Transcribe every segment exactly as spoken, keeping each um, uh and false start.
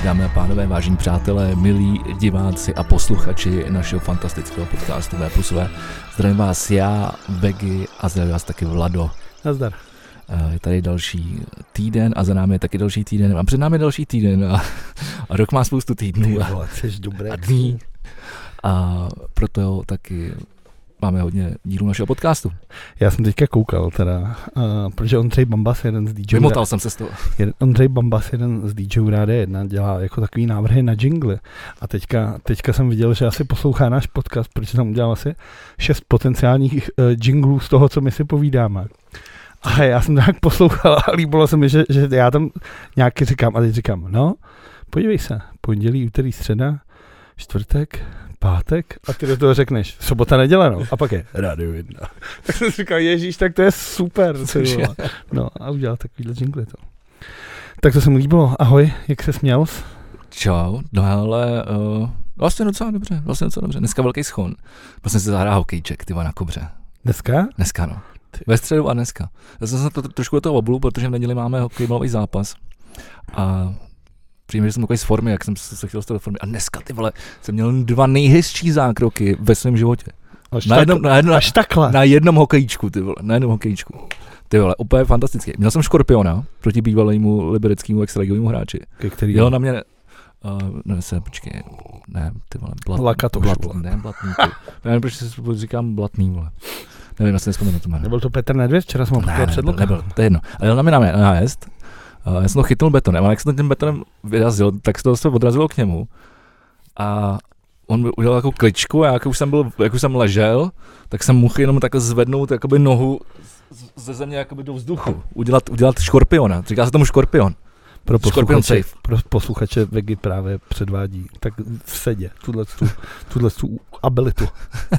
Dámy a pánové, vážení přátelé, milí diváci a posluchači našeho fantastického podcastu V plus V. Zdravím vás já, Vegy, a zdravím vás taky Vlado. Nazdar. Je tady další týden a za námi je taky další týden a před námi je další týden a, a rok má spoustu týdnů a, a dní. A proto taky máme hodně dílů našeho podcastu. Já jsem teďka koukal teda, uh, protože Ondřej Bambas, jeden z D J... Vymotal jsem se z toho. Jeden, Ondřej Bambas, jeden z D Jů Rádia jedna, dělá jako takový návrhy na jingly. A teďka, teďka jsem viděl, že asi poslouchá náš podcast, protože tam udělal asi šest potenciálních uh, jinglů z toho, co my si povídáme. A já jsem tak poslouchal a líbilo se mi, že, že já tam nějaký říkám a teď říkám, no, podívej se, pondělí, úterý, středa, čtvrtek, pátek a ty do toho řekneš sobota, neděle, no. A pak je Rádio jedna. Tak jsem si říkal, ježíš, tak to je super. No a udělal takovýhle jingle to. Tak to se mi líbilo. Ahoj, jak ses měl? Čau, no ale uh, vlastně docela dobře, vlastně docela dobře. Dneska velký schon. Vlastně se zahrál hokejček, tyva, na Kobře. Dneska? Dneska, no. Ve středu a dneska. Já jsem se to trošku do toho obulu, protože v neděli máme hokejbalový zápas. A přijím, že jsem takový z formy, jak jsem se chtěl z toho formy. A dneska, ty vole, jsem měl dva nejhezčí zákroky ve svém životě. Až, na tak, jednom, na jednom, až takhle. Na jednom hokejíčku, ty vole, na jednom hokejíčku. Ty vole, úplně fantastický. Měl jsem Škorpiona proti bývalému libereckému extraligovému hráči. Který Jel na mě, uh, ne, se, počkej, ne, ty vole, blat, Lakatoš, blat, vole. ne, blatný, ty. Nevím, proč si říkám blatný, vole. Nevím, já si nespomenu to jméno. Nebyl to Petr Nedvěd, včera jsem ho potkal před lokem. Nebyl, to je jedno. Ale jel na mě na nájezd. Uh, já jsem to chytnul betonem, ale jak jsem tím betonem vyrazil, tak se to se odrazilo k němu. A on udělal takovou kličku a jak už jsem, byl, jak už jsem ležel, tak jsem mohl jenom takhle zvednout jakoby nohu ze země jakoby do vzduchu. Udělat, udělat škorpiona. Říká se tomu škorpion. Pro posluchače, pro posluchače Vegy právě předvádí. Tak v sedě, tuhle tu abilitu.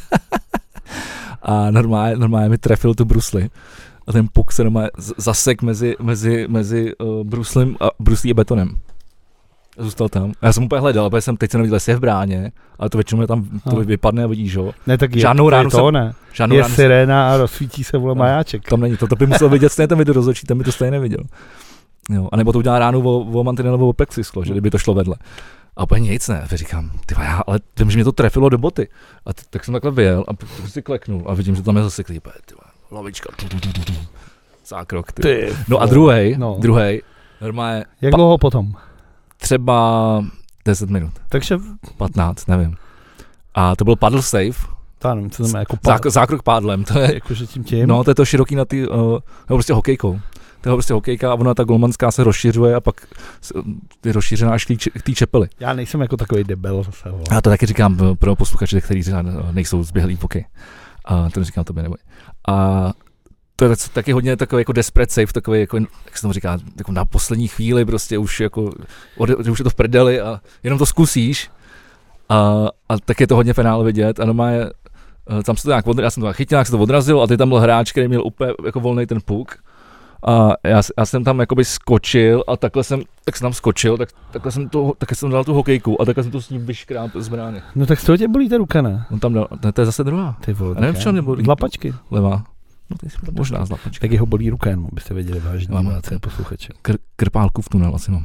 A normálně, normálně mi trefil tu brusli. A ten puk se normálně zasek mezi, mezi, mezi uh, bruslím a bruslí a betonem. A zůstal tam. A já jsem úplně hledal, protože jsem teď se neviděl, jestli je v bráně, ale to většinou tam to vypadne a vidíš, jo. Ne, tak žádnou je, ránu to jsem, ne. Žádnou je ránu siréna a rozsvítí se vole majáček. Tam není to, to by musel vidět stejně ten video rozhodčí, ten by to stejně neviděl. Jo. A nebo to udělá ránu o, o mantinel nebo o plexisklo, že kdyby to šlo vedle. A úplně nic ne, já říkám, tyva, já, ale vím, že mě to trefilo do boty. A t- tak jsem takhle vyjel a prostě kleknul a vidím, že tam je zase klípe, tyva, lavička, zákrok, ty. ty no a druhej, no. druhej, normálně. Jak pa- dlouho potom? Třeba deset minut. Takže patnáct, nevím. A to byl paddle save. To nevím, co znamená jako paddle. Zák- zákrok pádlem, to je. Jakože tím tím? No, to je to široký na ty, uh, nebo prostě hokejkou. To je prostě hokejka a ona ta golmanská se rozšiřuje a pak je rozšířená až k té čepeli. Já nejsem jako takový debil zase. Já to taky říkám pro posluchače, kteří nejsou zběhlí v hokeji. A to říkám tobě neboj. A to je taky hodně takový jako desperate save, takový jako, jak se tomu říká, jako na poslední chvíli prostě už jako, už je to v prdeli a jenom to zkusíš. A, a tak je to hodně finále vidět a normálně tam se to nějak odrazil, já jsem to chytil, jak se to odrazil a ty tam byl hráč, který měl úplně jako volný ten puk. A já, já jsem tam jakoby skočil a takhle jsem, tak jsem tam skočil, tak, takhle jsem to, takhle jsem dal tu hokejku a takhle jsem to s ním vyškráp z brány. No tak z toho tě bolí ta ruka, ne? On tam dal, to je zase druhá. Ty vole, a nevím, v čem mě bolí. Z lapačky. Levá. No ty jsi možná z lapačky. Tak jeho bolí ruka jenom, abyste věděli vážně. Mám posluchače. Kr- krpálku v tunel asi mám.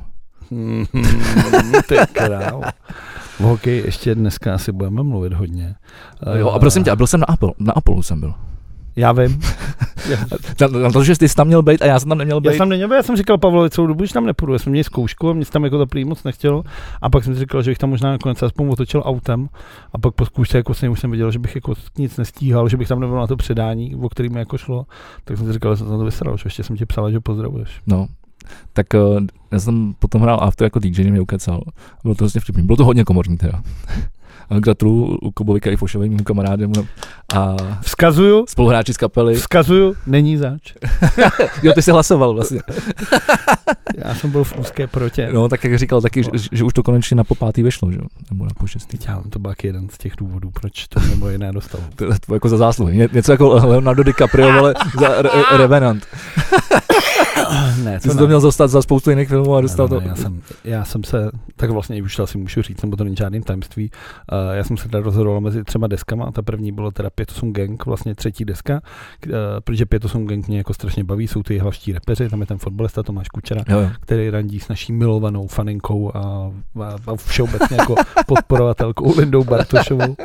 Ty král. V hokeji ještě dneska asi budeme mluvit hodně. Jo, a prosím tě, byl jsem na Apple, na Apollo jsem byl. Já vím. Na to, že ty jsi tam měl být a já jsem tam neměl být. Já jsem neměl být, já jsem říkal Pavlovi celou dobu, že tam nepůjdu. Já jsem měl zkoušku a mě tam jako to prý moc nechtělo. A pak jsem si říkal, že bych tam možná nakonec aspoň otočil autem. A pak po zkoušce jako s ním už jsem viděl, že bych jako nic nestíhal, že bych tam nebyl na to předání, o kterým mi jako šlo. Tak jsem si říkal, že jsem to vysral, že ještě jsem ti psal, že pozdravuješ. No. Tak uh, já jsem potom hrál after jako D J, mě ukecal. Bylo to vlastně vtipný. Bylo to hodně komorní teda. Gratuluju Kubovi Kajfošovi, mému kamarádemu. A vzkazuju. Spoluhráči z kapely. Vzkazuju, není zač. Jo, ty jsi hlasoval vlastně. Já jsem byl v úzké protě. No, tak jak říkal taky, že, že už to konečně na popátý vyšlo, že? Nebo na pošestý. Já, to byl jeden z těch důvodů, proč to nebo jiné dostal. To je jako za zásluhy. Ně, něco jako Leonardo DiCaprio, ale za re- Revenant. Ne, ty jsi to měl dostat za spoustu jiných filmů a dostal ne, ne, to. Já jsem, já jsem se tak vlastně už to asi můžu říct, nebo to není žádným tajemství. Uh, já jsem se teda rozhodoval mezi třema deskama, ta první byla teda pět osm Gang, vlastně třetí deska, uh, protože pět osm Gang mě jako strašně baví, jsou ty hlavští repeři, tam je ten fotbalista Tomáš Kučera, jo, jo. který randí s naší milovanou faninkou a, a, a všeobecně jako podporovatelkou Lindou Bartošovou. Uh,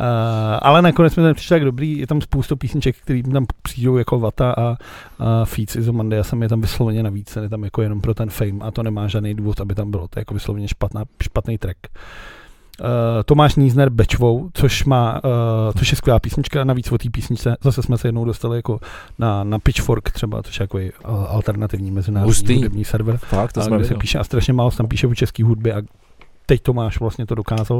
ale nakonec jsme tam přišli tak dobrý, je tam spoustu písniček, které tam přijdou jako Vata a, a Feats Izomandy, a jsem je tam vysloveně navíc, je tam jako jenom pro ten fame a to nemá žádný důvod, aby tam bylo, to je jako vysloveně špatná, špatný track. Uh, Tomáš Nízner Bečvou, což má, uh, což je skvělá písnička, navíc o té písničce, zase jsme se jednou dostali jako na, na Pitchfork třeba, což je jako uh, alternativní mezinárodní hudební server, Fakt, to a, kde se píše a strašně málo se tam píše o české hudbě a teď Tomáš vlastně to dokázal.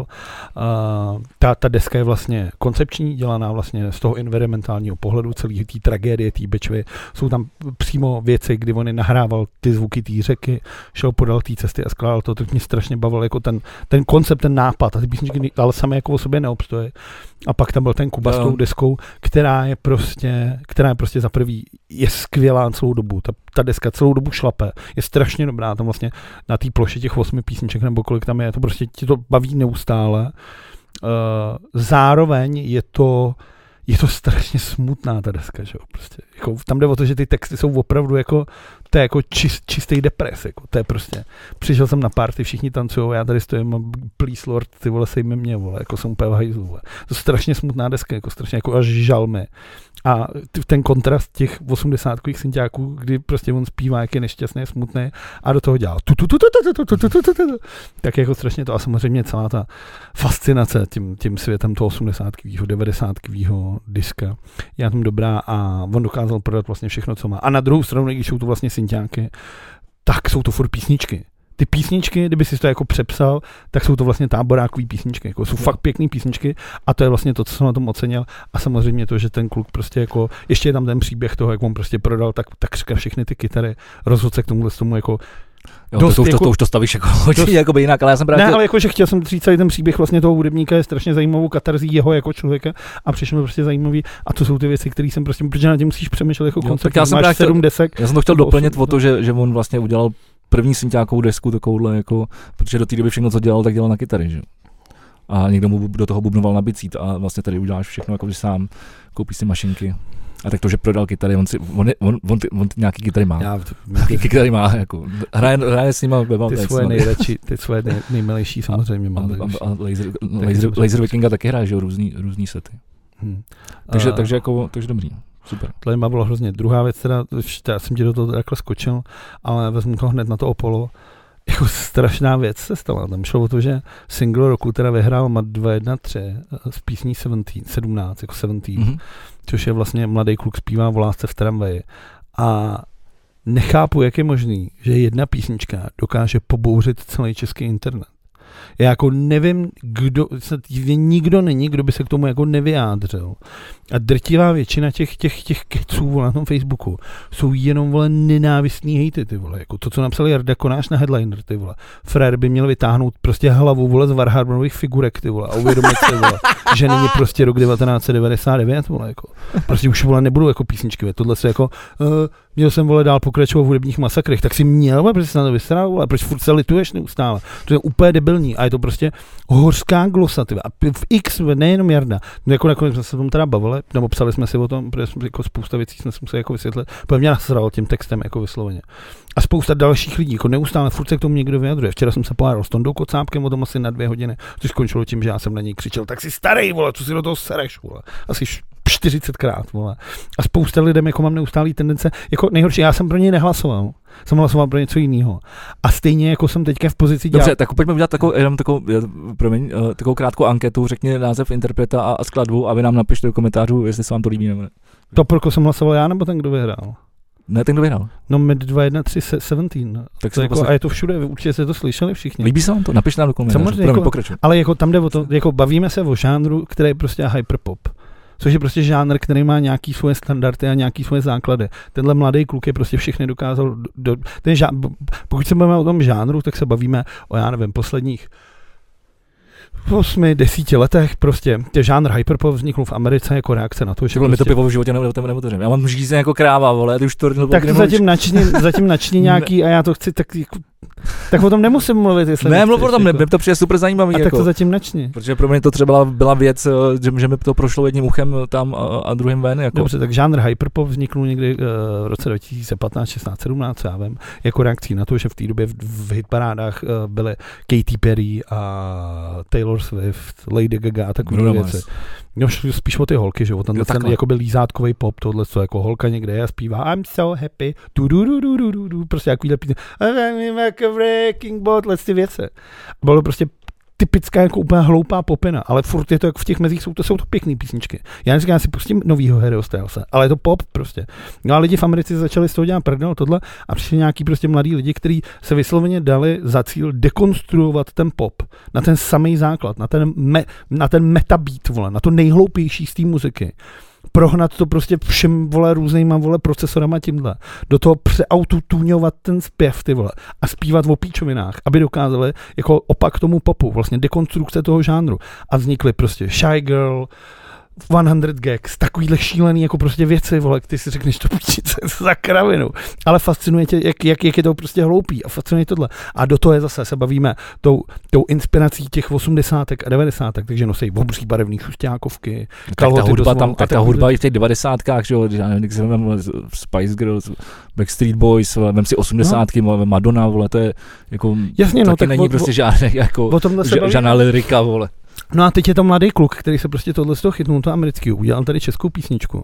Uh, ta, ta deska je vlastně koncepční, dělaná vlastně z toho environmentálního pohledu, celý té tragédie, té Bečvy. Jsou tam přímo věci, kdy on nahrával ty zvuky té řeky, šel podél té cesty a skládal to, tak mě strašně bavil jako ten, ten koncept, ten nápad a ty písničky, ale sami jako o sobě neobstojí. A pak tam byl ten Kuba s tou deskou, která je prostě, která je prostě za prvý, je skvělá celou dobu. Ta, ta deska celou dobu šlape, je strašně dobrá, tam vlastně na té ploše těch osmi písniček nebo kolik tam je, to prostě ti to baví neustále. Uh, zároveň je to, je to strašně smutná ta deska, že jo, prostě. Jako, tam jde o to, že ty texty jsou opravdu jako, to je jako čist, čistý depres, jako, to je prostě, přišel jsem na party, všichni tancujou, já tady stojím a please lord, ty vole, sejme mě, vole, jako jsem úplně v hajzlu, vole. To je strašně smutná deska, jako strašně jako až žalmy. A ten kontrast těch osmdesátkových synťáků, kdy prostě on zpívá, jak je nešťastný, smutný a do toho dělá tu, tu, tu, tu, tu, tu, tu, tu, tu, tu. Tak jako strašně to a samozřejmě celá ta fascinace tím, tím světem toho osmdesátkového, devadesátkového diska je na tom dobrá a on dokázal prodat vlastně všechno, co má. A na druhou stranu, když jsou to vlastně synťáky, tak jsou to furt písničky. Ty písničky, kdyby si to jako přepsal, tak jsou to vlastně táborákový písničky, jako jsou fakt pěkný písničky a to je vlastně to, co jsem na tom ocenil a samozřejmě to, že ten kluk prostě jako, ještě je tam ten příběh toho, jak on prostě prodal tak, tak všechny ty kytary, rozhodl se k tomuhle tomu jako Jo, to, to, jako, to, to už to stavíš jako hodně jako jinak, ale já jsem právě... Ne, chtěl... ale jakože chtěl jsem říct celý ten příběh vlastně toho hudebníka je strašně zajímavou katarzí jeho jako člověka a přišlo mi prostě zajímavý a to jsou ty věci, které jsem prostě, protože na tím musíš přemýšlet jako koncept, já jsem máš sedm chtěl, desek. Já jsem to chtěl doplnit o to, že, že on vlastně udělal první synťákovou desku takovouhle, jako, protože do té doby všechno, co dělal, tak dělal na kytary, že? A někdo mu do toho bubnoval na bicít a vlastně tady uděláš všechno, jako když sám koupíš si mašinky. A tak to, že prodal kytary, on, si, on, on, on, ty, on ty nějaký kytary má. Já, nějaký ty, kytary má, jako, hraje, hraje s nima. Ty svoje nejradši, ty svoje nej, nejmilejší samozřejmě má. A, a, a laser, laser, laser Vikinga taky hraje, že jo, různý, různý sety. Hmm. Takže, a, takže, jako, takže dobrý. Super. To má bylo hrozně. Druhá věc teda, já jsem ti do toho takhle skočil, ale vezmu to hned na to Apollo. Jako strašná věc se stala. Tam šlo o to, že single roku teda vyhrál Mat dva jedna tři z písní sedmnáct, jako sedmnáct, mm-hmm. což je vlastně mladý kluk zpívá o lásce v tramvaji. A nechápu, jak je možný, že jedna písnička dokáže pobouřit celý český internet. Já jako nevím, kdo, nikdo není, kdo by se k tomu jako nevyjádřil. A drtivá většina těch, těch, těch keců vole, na tom Facebooku jsou jenom vole nenávistný hejty, ty vole. Jako to, co napsal Jarda Konáš na Headliner, ty vole. Frér by měl vytáhnout prostě hlavu vole z Warhammerových figurek, ty vole, a uvědomit si, vole, že není prostě rok devatenáct set devadesát devět, vole, jako. Prostě už vole nebudou jako písničky, tohle se jako uh, měl jsem vole dál pokračovat v hudebních masakrech, tak si měl, vole, protože se na to vysral, vole, proč furt se lituješ neustále. To je úplně debilní a je to prostě horská glosa, ty vole. A v X, nejenom Jarda, no jako nakonec jsme se tom teda bavili, nebo psali jsme si o tom, protože jsme jako spousta věcí jsme si museli jako vysvětlit, protože mě nasral tím textem jako vysloveně. A spousta dalších lidí, jako neustále furt se k tomu někdo vyjadřuje. Včera jsem se pohádal s Tondou Kocábkem o tom asi na dvě hodiny, což skončilo tím, že já jsem na něj křičel, tak si starý, vole, co si do toho sereš, vole. Asi čtyřicetkrát, vole. A spousta lidem jako mám neustálý tendence, jako nejhorší, já jsem pro něj nehlasoval. Jsem hlasoval pro něco jiného. A stejně jako jsem teďka v pozici dělat... Dobře, tak pojďme udělat takovou, jenom takovou, promiň, takovou krátkou anketu, řekni název interpreta a, a skladbu a vy nám napište do komentářů, jestli se vám to líbí nebo ne. To proto jsem hlasoval já, nebo ten, kdo vyhrál? Ne, ten, kdo vyhrál. No, Mat dva jedna tři sedmnáct. Tak to jako, posl... A je to všude, určitě jste to slyšeli všichni. Líbí se vám to? Napište nám do komentářů. Samozřejmě, jako, pokračuj. Ale jako tam jde o to, jako bavíme se o žánru, který je prostě hyperpop. Což je prostě žánr, který má nějaký svoje standardy a nějaký svoje základy. Tenhle mladý kluk je prostě všechny dokázal... Do, ten žánr, pokud se bavíme o tom žánru, tak se bavíme o, já nevím, posledních v osmi, desíti letech prostě. Ten žánr hyperpop vznikl v Americe jako reakce na to, že... Prostě... Mi to pivo v životě neotevřem. Já mám žízeň jako kráva, vole, ty už to... Tak to zatím načni, zatím načni nějaký a já to chci tak jako... Tak o tom nemusím mluvit, jestli Ne, mluv o tom, mě to přijde super zajímavý. A jako, tak to zatím načni. Protože pro mě to třeba byla věc, že, že mi to prošlo jedním uchem tam a, a druhým ven. Jako. Dobře, tak žánr hyperpop vzniknul někdy uh, v roce dva tisíce patnáct, šestnáct, sedmnáct, já vím, jako reakcí na to, že v té době v, v hitparádách uh, byly Katy Perry a Taylor Swift, Lady Gaga a takové věci. No, spíš o ty holky, že o tenhle ten jakoby lízátkový pop, tohle co jako holka někde je a zpívá I'm so happy, du du du du du du du, prostě takovýhle písně, I'm like a wrecking ball, tyhle ty věci. Bylo prostě typická jako úplně hloupá popina, ale furt je to jako v těch mezích, jsou to, jsou to pěkný písničky. Já neříkám, já si pustím novýho Harryho Stylese, ale je to pop prostě. No a lidi v Americe začali z toho dělat prdel tohle a přišli nějaký prostě mladí lidi, kteří se vysloveně dali za cíl dekonstruovat ten pop na ten samý základ, na ten, me, na ten metabeat, vole, na to nejhloupější z té muziky. Prohnat to prostě všem, vole, různýma, vole, procesorama tímhle. Do toho přeautotuňovat ten zpěv, ty vole, a zpívat o píčovinách, aby dokázali jako opak tomu popu, vlastně dekonstrukce toho žánru. A vznikly prostě Shy Girl, sto Gags, takovýhle šílený jako prostě věci, vole, ty si řekneš to píčice za kravinu. Ale fascinuje tě, jak, jak, jak je to prostě hloupý a fascinuje tohle. A do toho je zase, se bavíme tou, tou inspirací těch osmdesátek a devadesátek, takže nosí obří barevný šustákovky, kalhoty. Tak ta hudba, tam, tak ta hudba i v těch devadesátkách, že jo, když se vem Spice Girls, Backstreet Boys, vem si osmdesátky, no. Madonna, vole, to je jako, jasně, taky no, tak není o, prostě žádný, jako, žádná lyrika, vole. No a teď je to mladý kluk, který se prostě tohle z toho chytnul, to americký, udělal tady českou písničku.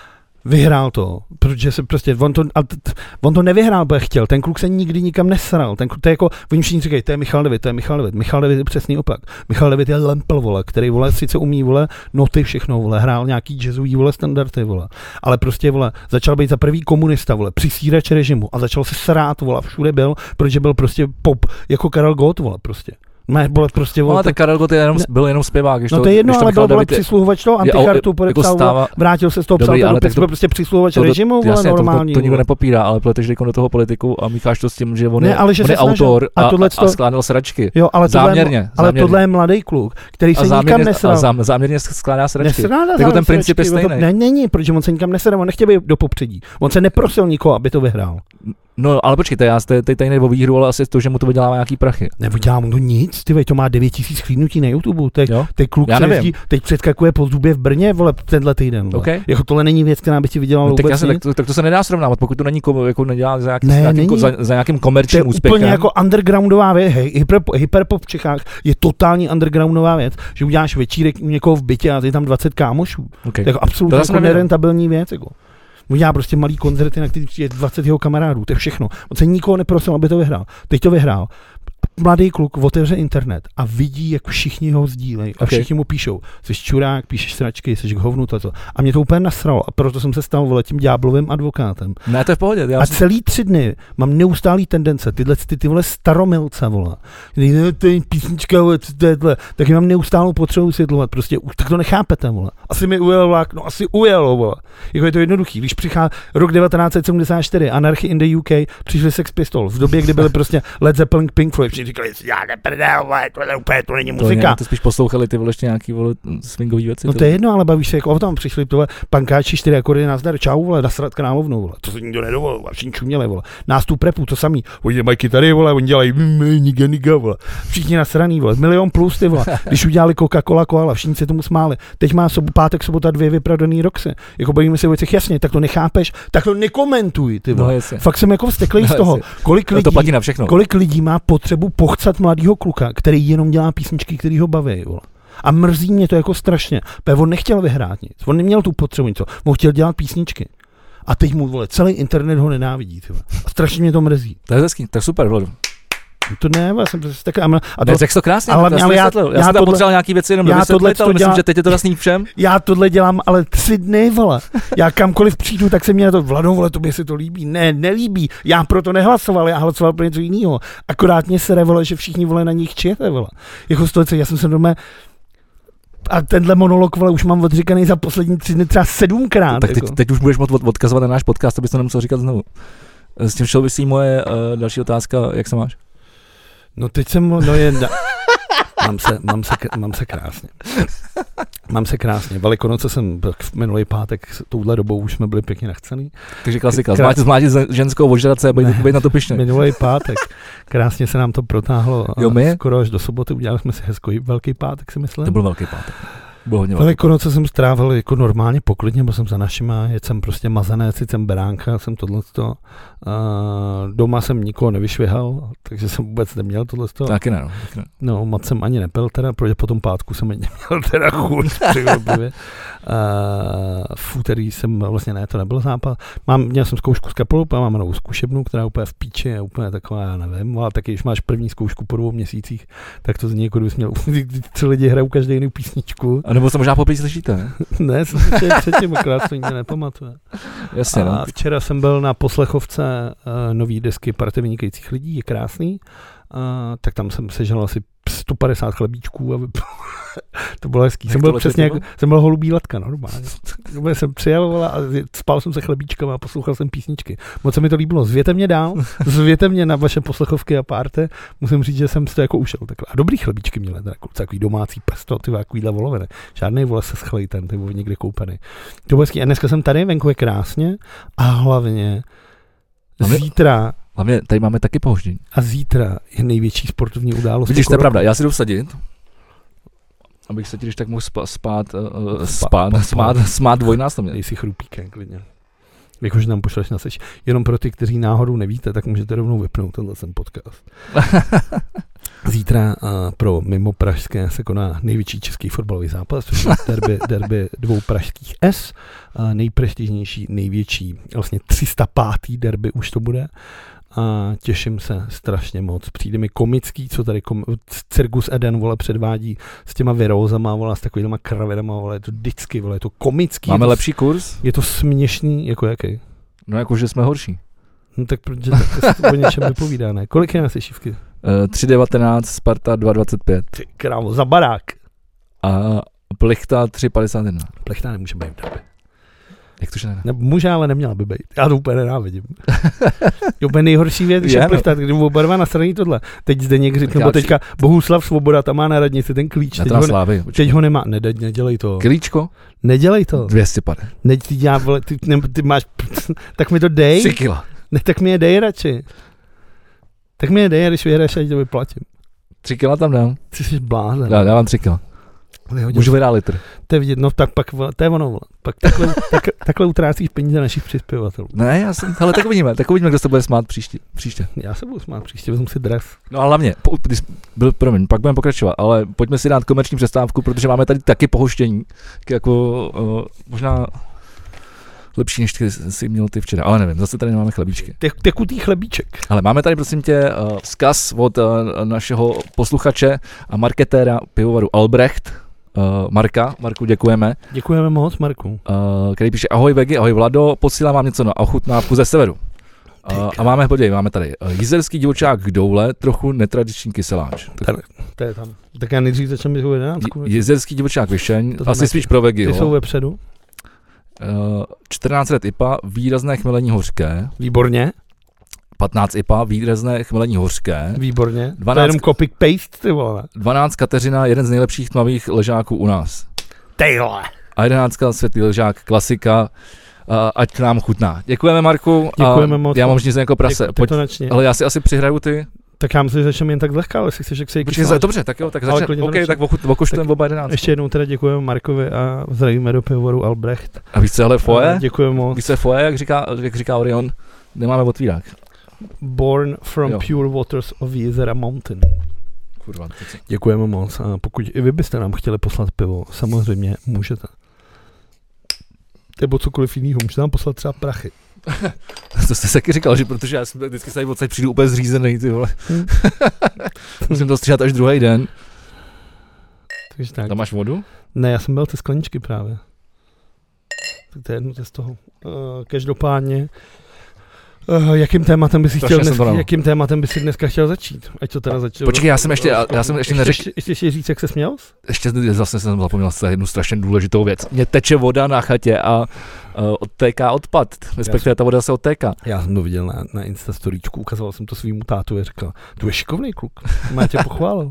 Vyhrál to, protože se prostě, on to, on to nevyhrál, protože chtěl, ten kluk se nikdy nikam nesral, ten kluk, to je jako, oni všichni říkají, to je Michal David, to je Michal David, Michal David je přesný opak, Michal David je lempl, vole, který, vole, sice umí, vole, noty všechno, vole, hrál nějaký jazzový, vole, standardy, vole, ale prostě, vole, začal být za prvý komunista, vole, přisírač režimu a začal se srát, vole, všude byl, protože byl prostě pop, jako Karel Gott, vole, prostě. Ne, bylo prostě... Ale tak Karel Gott jenom, byl jenom zpěvák. No to je jedno, ale byl, byl přisluhovač toho antichartu, podepsal, jako vrátil se z toho, psal ten dopis, byl prostě přisluhovač režimu, vole, jasně, normální. To, to, to nikdo nepopírá, ale pleteš do toho politiku a mícháš to s tím, že on ne, je, ale že on je autor a, a, to, a skládal sračky. Jo, ale záměrně. Tohle, ale tohle je mladý kluk, který se nikam nesral. A záměrně skládá sračky. Jako ten princip je stejný. Ne, není, protože on se nikam nesral, on nechtěl být do popředí. On se neprosil nikoho, aby to vyhrál. No, ale počkejte, já teď tady nejde o výhru, ale asi to, že mu to vydělává nějaký prachy. Nevydělá mu to nic, ty vej, to má devět tisíc chlídnutí na YouTube, teď te kluk se jezdí, teď předskakuje po Zubě v Brně, vole, tenhle týden, vole. Okay. Jako tohle není věc, která by ti vydělala no, vůbec nic. Tak to, tak to se nedá srovnávat, pokud to není, jako nedělá za, nějaký, ne, nějaký, za, za nějakým komerčním úspěchem. To je úplně jako undergroundová věc, hej, hyperpop, hyperpop v Čechách je totální undergroundová věc, že uděláš večírek u někoho v bytě a ty tam dvacet kámošů. Okay. To je jako absolutně jako nerentabilní věc, jako. Udělá prostě malý koncerty, na který je dvacet jeho kamarádů, to je všechno. On se nikoho neprosil, aby to vyhrál. Teď to vyhrál. Mladý kluk otevře internet a vidí, jak všichni ho sdílejí a všichni okay. mu píšou. Jsi čurák, píšeš sračky, jsi k hovnu, toto. A mě to úplně nasralo a proto jsem se stal, vole, tím ďáblovým advokátem. Ne, to je v pohodě. Já a jsem... celý tři dny mám neustálý tendence, tyhle ty, ty vole staromilce, vole. Ne, to je písnička, vole, to je tohle. Tak mám neustálou potřebu světlovat, prostě, tak to nechápete, vole. Asi mi ujel vlak, no asi ujelo, vole. Jako je to jednoduchý. Když přichází rok devatenáct set sedmdesát čtyři, Anarchy in the U K, přišli Sex Pistols, v době, kdy byly prostě Led Zeppelin, Pink Floyd, říkali, já neprdel, vole, to je úplně, to není muzika. To, to spíš poslouchali ty vole ještě nějaký, vole, swingový věci. No to je jedno, ale bavíš se, jako o tom přišli tohle pankáči, čtyři akordy, nazdar, čau, vole, nasrat královnou, vole. To se nikdo nedovolil, všichni čuměli, vole. Nástup repu, to samý. Oni mají kytary, vole, oni dělají niga, niga, vole. Všichni nasraný, vole. Milion plus, ty vole. Když udělali Coca-Cola, Cola, všichni se tomu smáli. Teď má sob, pátek, sobota dvě vyprodaný Roxy. Jako bavíme se o věcech, jasně, tak to nechápeš, tak to nekomentuj, ty vole. No, fakt jsem jako vzteklej no, z toho, kolik lidí, to platí na všechno. Kolik lidí má potřebu pochcat mladýho kluka, který jenom dělá písničky, který ho baví, vole. A mrzí mě to jako strašně. Protože on nechtěl vyhrát nic. On neměl tu potřebu nic. On chtěl dělat písničky. A teď mu, vole, celý internet ho nenávidí. Tyhle. A strašně mě to mrzí. To je hezký, to je super, Vlado. To ne, já jsem prostě tak... A to, řekl to krásně, ale, ale já, já, já jsem tam potřeboval nějaký věci jenom vysvětlit, ale myslím, že teď je to jasný všem. Já tohle dělám ale tři dny, vole. Já kamkoliv přijdu, tak se mě na to, Vlado, vole, tobě se to líbí. Ne, nelíbí. Já proto nehlasoval, já hlasoval pro něco jiného. Akorát mě sere, vole, že všichni, vole, na nich čijete, vole. Jako stojice, já jsem se doma... A tenhle monolog, vole, už mám odříkaný za poslední tři dny třeba sedmkrát. Tak teď, jako. teď už budeš moct odkazovat na náš podcast, abys to nemusel říkat znovu. S tím souvisí moje uh, další otázka, jak se máš? No teď jsem, no je, mám se, mám se, mám se krásně. Mám se krásně. Velikonoce jsem v minulý pátek, touhle dobou už jsme byli pěkně nachcený. Takže klasika, Krás... zmlátit ženskou ožratce a být na to pyšný. Minulý pátek. Krásně se nám to protáhlo. Jo, my? Skoro až do soboty udělali jsme si hezký velký pátek, si myslím. To byl velký pátek. Velikonoce jsem strávil jako normálně poklidně, byl jsem za našima, jedl jsem prostě mazanec, jedl jsem beránka, jsem tohleto. Uh, doma jsem nikoho nevyšvihal, takže jsem vůbec neměl tohleto. Taky ne, taky ne. No, moc jsem ani nepil teda, protože po tom pátku jsem ani neměl teda chuť. uh, v úterý jsem, vlastně ne, to nebyl zápal. Mám, měl jsem zkoušku z Kapolupa, mám novou zkušebnu, která je úplně v píči, je úplně taková, já nevím, ale taky, když máš první zkoušku po dvou měsících, tak to zní, jako kdybys měl, tři lidi hrajou každý jinou písničku. A nebo se možná poprvé slyšíte, ne? Ne, jsem se předtím, akorát to nikdy nepamatuje. Jasně, no. A včera jsem byl na poslechovce uh, nový desky Party vynikajících lidí, je krásný. Uh, tak tam jsem sežal asi sto padesát chlebíčků a to bylo hezký. Jsem byl přesně jako, jsem byl holubí latka, normálně. jsem přijel a spal jsem se chlebíčkama a poslouchal jsem písničky. Moc se mi to líbilo. Zvěte mě dál, zvěte mě na vaše poslechovky a párty. Musím říct, že jsem si to jako ušel. Takhle. A dobrý chlebíčky měli, takový domácí pesto, ty takovýhle voloviny. Žádný vole se schlej ten, ty vole někde koupený. To bylo hezký. A dneska jsem tady, venku je krásně a hlavně zítra Hlavně tady máme taky pohoždění. A zítra je největší sportovní událost. Vidíš, to je pravda, já si jdu vsadit, abych se ti když tak mohl spát, spát, uh, spát, spát, smát dvojnásobně. Dej si chrupíkem klidně. Jakože nám pošleš na seč. Jenom pro ty, kteří náhodou nevíte, tak můžete rovnou vypnout tenhle ten podcast. Zítra uh, pro mimo pražské se koná největší český fotbalový zápas, což je derby, derby dvou pražských S. Uh, nejprestižnější, největší, vlastně tři sta pátý derby už to bude. A těším se strašně moc. Přijde mi komický, co tady kom, Cirkus Eden, vole, předvádí s těma virózama, vole, s takovýma kravinama, vole, je to vždycky, vole, je to komický. Máme je to, lepší kurz? Je to směšný, jako jaký? No jako, že jsme horší. No tak protože tak to o něčem vypovídá, ne? Kolik je na sešívky? Uh, tři devatenáct, Sparta dva dvacet pět. Ty krávo, za barák. A Plechta tři padesát jedna. Plechta nemůže být v derby. Jak to, že ne? ne? Může, ale neměla by být. Já to úplně nenávidím. Je úplně nejhorší věc, když je Plechta, když oba dva na straně tohle. Teď zde někdy, nebo teďka Bohuslav Svoboda, tam má na radnici ten klíč. Teď ho, slávy, teď ho nemá. Ne, nedělej to. Klíčko? Nedělej to. dvě stě padesát. Ne, ty, já, vole, ty, ne, ty máš, tak mi to dej. tři kila. Ne, tak mi je dej radši. Tak mi je dej, když vyhraješ, ať to vyplatím. tři kila tam dám. Ty jsi blázen. Já dávám tři kila. Můžu vydat litr. To je vidět, no tak pak, to je ono, vole. Pak takhle, tak, takhle utrácíš peníze našich přispěvatelů. Ne, já jsem, ale tak uvidíme, tak uvidíme, kdo se bude smát příště. příště. Já se budu smát příště, vezmu si dres. No a hlavně, po, byl, promiň, pak budeme pokračovat, ale pojďme si dát komerční přestávku, protože máme tady taky pohoštění, jako uh, možná lepší, než ty jsi měl ty včera, ale nevím, zase tady nemáme chlebíčky. Te, tekutý chlebíček. Ale máme tady, prosím tě, uh, vzkaz od uh, našeho posluchače a marketéra pivovaru Albrecht. Uh, Marka, Marku, děkujeme. Děkujeme moc, Marku. Uh, který píše, ahoj Vegy, ahoj Vlado, posílám vám něco na ochutnávku ze severu. Uh, a máme, podívej, máme tady uh, jizerský divočák k Doule, trochu netradiční kyseláč. Tak, to je tam. Tak já nejdřív začneme s jedenáctku. Jizerský divočák Vyšeň, asi spíš pro Vegy. Ty jsou vepředu. Uh, čtrnáct let I P A, výrazné chmelení hořké. Výborně. patnáct I P A, výrazné chmelení hořké. Výborně. dvanáct, to je jenom copy paste, ty vole. dvanáct Kateřina, jeden z nejlepších tmavých ležáků u nás. Tyhle. A jedenáct světlý ležák, klasika. Uh, ať k nám chutná. Děkujeme, Marku. Děkujeme moc. Já mám žnízeň jako prase. Pojď, ale já si asi přihraju ty. Tak já myslím, že začneme jen tak zlehka, ale jestli chceš, jak se jí Počkej, dobře, tak jo, tak začneme. OK, tak okoštujeme oba jedenáct. Ještě jednou teda děkujeme Markovi a zdravíme do pivovaru Albrecht. A víš co, hele, foje? Děkujeme moc. Víš co je foje, jak říká, jak říká Orion, nemáme otvírák. Born from jo. pure waters of Jezera Mountain. Kurva, děkujeme moc. A pokud i vy byste nám chtěli poslat pivo, samozřejmě můžete. Nebo cokoliv jiného, můžete nám poslat třeba prachy. To jste taky říkal, že protože já jsem vždycky se tady odsaď přijdu úplně zřízený, ty vole. Hmm. Musím to stříhat až druhý den. Takže tak. Tam máš vodu? Ne, já jsem byl ty skleničky právě. Tak to je jedno z toho. Uh, každopádně, uh, jakým tématem bys chtěl dneska, jakým tématem bys si dneska chtěl začít? Ať to teda začít. Počkej, já jsem ještě, já, já jsem ještě neřekl. Ještě, ještě říct, jak se směl? Ještě zase jsem zapomněl jednu strašně důležitou věc. Mně teče voda na chatě a uh, odtéká odpad, respektive ta voda se odtéká. Já jsem to viděl na, na Instastoríčku, ukazoval jsem to svýmu tátu a říkal, tu je šikovný kluk, má tě pochválil.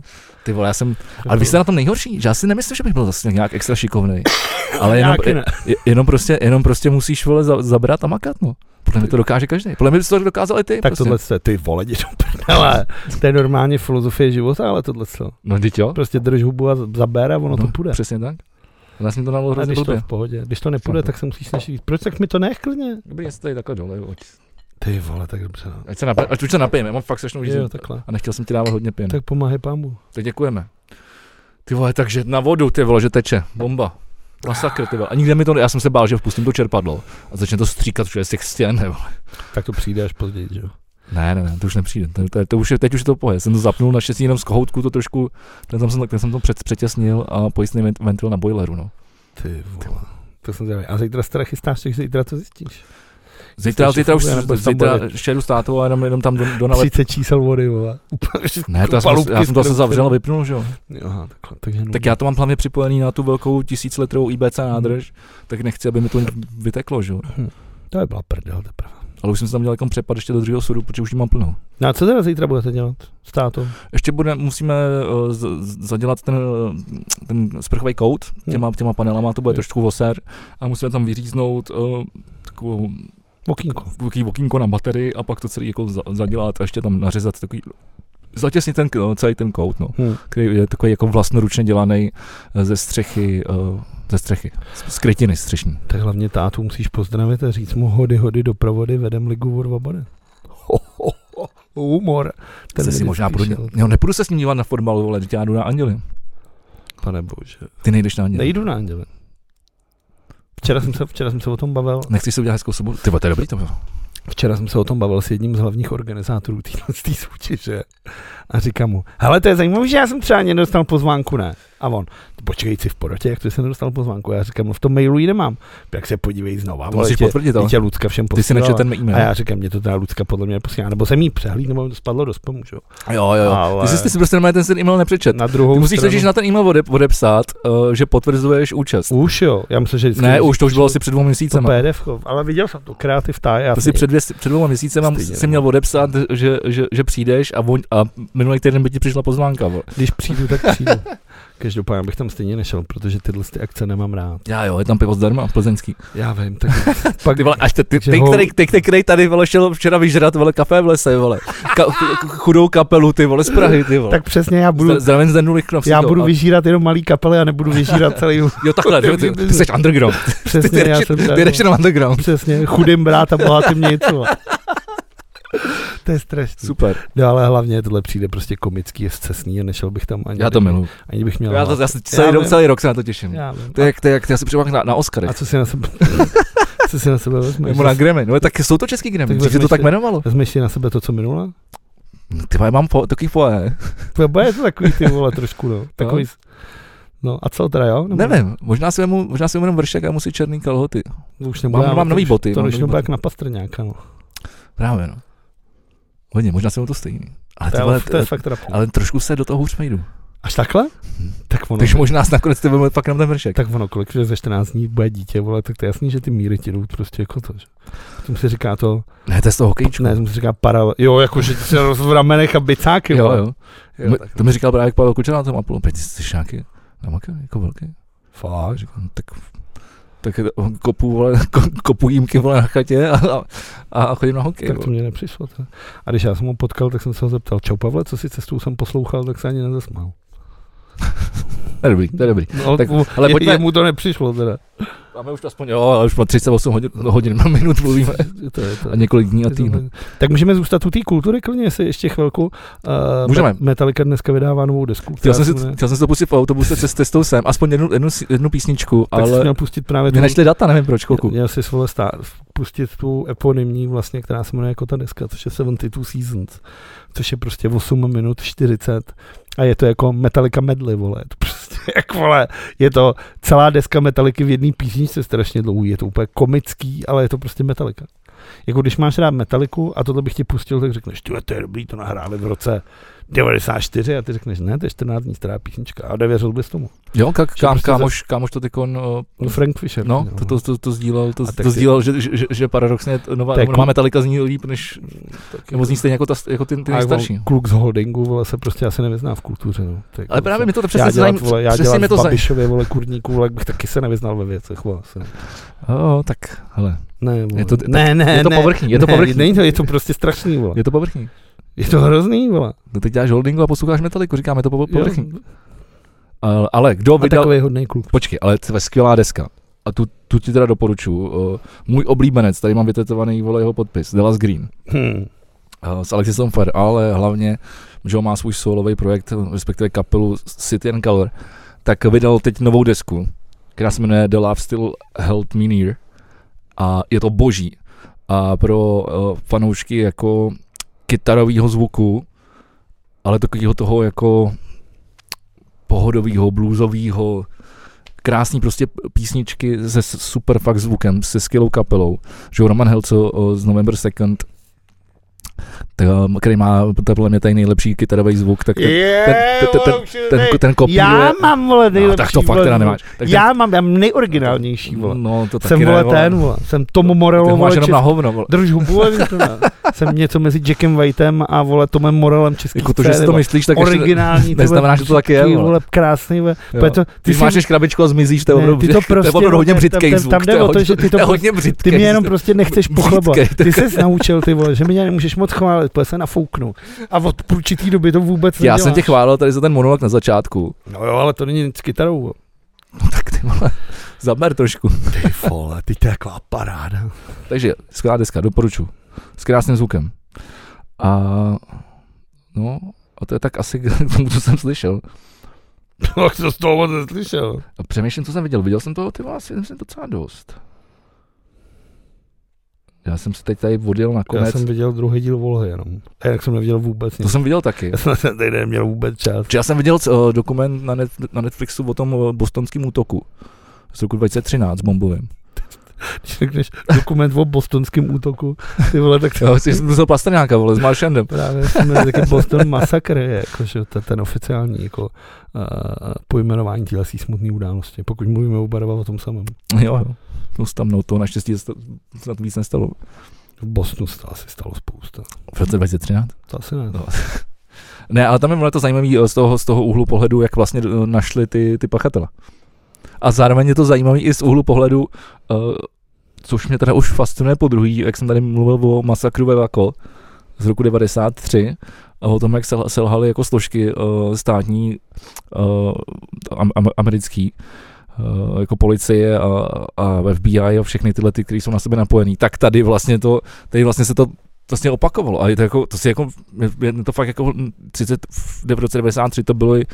Ty vole, já jsem, ale vy jste na tom nejhorší, že já si nemyslím, že bych byl zase nějak extra šikovnej, ale jenom, je, jenom, prostě, jenom prostě musíš, vole, za, zabrat a makat, no. Podle mě to dokáže každý. Podle mě bys to dokázal i ty. Tak prostě. Tohle je, ty vole, dědou prdele, to je normálně filozofie života, ale tohle co. No teď jo. Prostě drž hubu a zaber a ono no, to půjde. Přesně tak. Já jsem to nalo hrozně blbě. Když to v pohodě. Když to nepůjde, no. tak se musíš snažit. Proč tak mi to nech klidně? Dobrý, jestli tady takhle dole. Ty vole, tak dobře. No. Ať se napij, ať už se napijeme, já mám fakt strašnou Jo, takhle. A nechtěl jsem ti dávat hodně pěny. Tak pomáhej pámu. Tak děkujeme. Ty vole, takže na vodu, ty vole, že teče. Bomba. Masakr, ty vole. A nikde mi to, já jsem se bál, že vpustím to čerpadlo a začne to stříkat všude z těch stěn, nebo. Tak to přijde až později, že jo? Ne, ne, ne, to už nepřijde. To, to, to už je, teď už je to pohyb. Jsem to zapnul naštěstí jenom z kohoutku, to trošku, ten jsem, ten jsem to před, přetěsnil a pojistný ventil na boileru, no. Ty vole, to jsem zvědavý. A zítra se teda chystáš, takže zítra to zjistíš. Zítra, zítra už zítra ještě jdu státu a jenom, jenom tam do, do nalet. třicet čísel vody, vole. Ne, to já, jsem, já jsem to asi zavřel a vypnul, že jo. Aha, takhle, takže tak já to mám hlavně připojený na tu velkou tisícilitrovou I B C nádrž, hmm. tak nechci, aby mi to vyteklo, že jo. Hmm. To je byla prdel teprve. Ale už jsem se tam dělal jako přepad ještě do druhého sudu, protože už ji mám plnou. No a co teda zítra budete dělat s tátou? Ještě bude, musíme uh, z, zadělat ten, ten sprchový kout těma, těma panelama, to bude trošku voser a musíme tam vyříznout uh, takovou okýnko. Takový okýnko na baterii a pak to celý jako zadělat a ještě tam nařezat takový, zatěsnit ten, celý ten kout, no, hmm. který je takový jako vlastnoručně dělaný ze střechy, uh, ze střechy, z krytiny střešní. Tak hlavně tátu musíš pozdravit a říct mu hody, hody do provody, vedem ligu od vabody. Ho, ho, ho, humor. Ten si možná půjdu, jo, nepůjdu se s ním dívat na fotbalu, ale já jdu na Anděli. Pane bože. Ty nejdeš na Anděli. Nejdu na Anděli. Včera jsem se, včera jsem se o tom bavil. Nechceš si udělat hezkou sobotu? Ty, to je dobrý to bylo. Včera jsem se o tom bavil s jedním z hlavních organizátorů téhle soutěže a říkám mu, hele, to je zajímavé, že já jsem třeba nedostal pozvánku, ne? A on, počkej si v porotě, jak to jsem nedostal pozvánku? A já říkám, no v tom mailu ji nemám. Jak se podívej znova. To musíš potvrdit, tě Lucka všem posílala. Ty si nečetl ten e-mail. A já říkám, mě to teda Lucka podle mě posílá, nebo jsem jí přehlíd, nebo to spadlo do spamu, že jo? Jo, jo, jo. Ale... Ty jsi si prostě normálně ten e-mail nepřečet. Na druhou Ty musíš stranu... totiž na ten e-mail ode, odepsat, uh, že potvrzuješ účast. Už jo, já myslím, že... Ne, už to už bylo asi před dvěma měsícema. P D F, ale viděl jsem to, Creative Tie. To si před, dvě, před dvěma měsícema si měl odepsat, že, že, že přijdeš a, on, a minulý týden by ti přišla pozvánka. Bo. Když přijdu, tak přijdu. Každopádně bych tam stejně nešel, protože tyhle ty akce nemám rád. Já jo, je tam pivo zdarma, plzeňský. Já vím, tak pak... Ty vole, až ty, ty, ty, ho... který, ty, který tady vole, šel včera vyžrat, vole, kafe v lese, vole. Ka, chudou kapelu, ty vole, z Prahy, ty vole. Tak přesně já budu... Zdravím Zdenu Lichnovský. Já budu a... vyžírat jenom malý kapely a nebudu vyžírat celý... Jo, takhle, ty, ty, ty jsi underground. Přesně, ty, ty, já ty, jsem... Ty jdeš jenom underground. Přesně, chudým brát a bohatým nic, vole. To je strašný. Super. No ale hlavně tohle přijde prostě komický, je scesný a nešel bych tam ani. Já to miluji. Ani bych měl. Já to já celý, rok, celý rok se na to těším. Já vím. To je jak, to je jak, já si připravám na, na Oscary. A co si na sebe, co si na sebe vezmeš? Nebo na Grammy, no tak jsou to český Grammy, tak to tak jmenovalo. Vezmeš si na sebe to, co minule? Ty vole, mám po, takový foje. Tvoje je to takový ty vole trošku, no. Takový, no a co teda, jo? Nebo... Nevím, možná si vemu, možná si vemu vršek a musí černý kalhoty. Už nebude, mám, mám nový boty. To už nebude jak na Pastrňáka, no. Právě, no. Hodně, možná jsem to stejný. Ale, to, ty vole, to je fakt trapný. Ale trošku se do toho hůř nejdu. Až takhle? Hmm. Tak ono, takže možná nakonec ty veme fakt na ten vršek. Tak ono, kolik že za čtrnáct dní bude dítě, vole, tak to je jasný, že ty míry ti jdou prostě jako to, že. Tomu se říká to... Ne, to je z toho hokejčku. Ne, tomu se říká para... Jo, jako, že si v ramenech a bicáky, jo, vole. jo. jo to, to mi říkal právě Pavel Kučera na tom Apollo. Pět, ty jsi nějaký namaka, jako velký. Fakt? Říkám, tak... Tak kopu, vole, kopu jímky, vole, na chatě a, a, a chodím na hokej. Tak to mě nepřišlo. To. A když já jsem ho potkal, tak jsem se ho zeptal, čau Pavle, co si cestou jsem poslouchal, tak se ani nezasmál. To je dobrý, to je dobrý. No, tak, ale je, pojďme, jemu to nepřišlo teda. Máme už to aspoň, jo, ale už po třicet osm hodin, hodin na minut mluvíme. To je to. A několik dní a týdnů. Tak můžeme zůstat u té kultury klidně, jestli ještě chvilku. Uh, můžeme. Metallica dneska vydává novou desku. Chtěl jsem, si, chtěl jsem si to pustit v autobuse přes cestou sem, aspoň jednu, jednu, jednu písničku, tak ale... Tak měl pustit právě... Mě nešli data, nevím proč, chvilku. Měl si svole stát, pustit tu eponymní vlastně, která se jmenuje jako ta deska, což je sedmdesát dva Seasons, což je prostě osm minut čtyřicet a je to jako Metallica medley, vole, je to prostě jak, vole, je to celá deska Metallicy v jedné písničce strašně dlouhý, je to úplně komický, ale je to prostě Metallica. Jako když máš rád Metalliku a tohle bych ti pustil, tak řekneš, tyhle, to je dobrý, to nahráli v roce devadesát čtyři a ty řekneš, ne, to je čtrnáct dní stará písnička a nevěřil bys tomu. Jo, jak ká, prostě kámoš, za... kámoš to tykon... Uh, Frank Fisher. No, to, to, to, to sdílel, to, to sdílel že, že, že paradoxně nová, Teku. nová Metallica zní líp, než... Nebo zní stejně jako, ta, jako ty, ty nejstarší. Kluk z holdingu, vole, se prostě asi nevyzná v kultuře. No. Tak, ale právě mi to přesně zajímá. Já dělat v Babišově, vole, kurníků, vole, bych taky se nevyznal ve věcech, vole. Jo, tak, hele. Ne, je to, ne, ne, je to povrchní, je to ne, povrchní. Není to, je to prostě strašný, vole. Je to povrchní. Je to hrozný, vole. No teď děláš holdingu a posloucháš Metalliku, říkáme to povrchní. Ale, ale kdo vydal... A takový hodnej kluk. Počkej, ale to je skvělá deska. A tu, tu ti teda doporučuji. Uh, můj oblíbenec, tady mám vytetovaný, vole, jeho podpis, Dallas Green. Hmm. Uh, s Alexisem Fair, ale hlavně, že on má svůj solový projekt, respektive kapelu City and Color, tak vydal teď novou desku, která se jmenuje The Love Still Held Me Near. A je to boží. A pro uh, fanoušky jako kytarového zvuku, ale takového toho jako pohodového, bluesového, krásný prostě písničky se super fakt zvukem, se skvělou kapelou. Že Roman Helco z November second, který má podle mě tady nejlepší kytarový zvuk, tak ten, yeah, ten, ten, ten, ten, ten, ten kopíruje. Já mám, vole, nejlepší, no, tak to fakt teda nemáš. Tak já ten, mám, já mám nejoriginálnější, vole. No, to taky jsem, vole, ne, vole. ten, vole. Jsem Tomu Morello, vole, čes... na hovno, vole. Drž hubu, vole, to ne. Jsem něco mezi Jackem Whiteem a, vole, Tomem Morellem českých jako to, že si to myslíš, tak originální, neznamená, že to taky je, vole, krásný, vole. To, ty máš jsi... krabičku a zmizíš, to je opravdu hodně břitký zvuk. Tam jde o to, že ty to ty mě jenom prostě nechceš pochlebovat. Ty jsi naučil, ty vole, že mě nemůžeš moc chválit, protože se nafouknu. A od určitý doby to vůbec neděláš. Já jsem tě chválil tady za ten monolog na začátku. No jo, ale to není nic s kytarou. No tak ty vole, zaber trošku. Ty vole, ty to je taková paráda. Takže skvělá deska, doporučuji. S krásným zvukem. A no, a to je tak asi k tomu, co jsem slyšel. No, co z toho moc neslyšel. A přemýšlím, co jsem viděl. Viděl jsem toho, ty vole, asi jsem docela dost. Já jsem se teď tady odjel na konec. Já jsem viděl druhý díl Volhy jenom. A jak jsem neviděl vůbec nic. To jsem viděl taky. Já jsem tady neměl vůbec čas. Já jsem viděl uh, dokument na, net, na Netflixu o tom uh, bostonském útoku z roku dva tisíce třináct bombovým. Když řekneš dokument o bostonském útoku, ty vole, tak... Jo, jsem musel Pastrňáka, vole, s Maršandem. Právě jsem taky Boston Massacre, jakože ten oficiální jako, uh, pojmenování téhle smutné události, pokud mluvíme o barva o tom samém. Jo, jo. No tam, no, to naštěstí se to víc nestalo. V Bostonu se to asi stalo spousta. V roce dva tisíce třináct? To asi ne. No. Ne, ale tam je to zajímavé z toho, z toho úhlu pohledu, jak vlastně našli ty, ty pachatele. A zároveň je to zajímavé i z úhlu pohledu, uh, což mě teda už fascinuje po druhý, jak jsem tady mluvil o masakru ve Waco z roku devadesát tři, a o tom, jak selhaly jako složky uh, státní uh, am, am, americký, uh, jako policie a, a F B I a všechny tyhle, ty, které jsou na sebe napojený, tak tady vlastně to, tady vlastně se to vlastně opakovalo. A je to jako, to si jako, je to fakt jako třicet, v roce devadesát tři to bylo i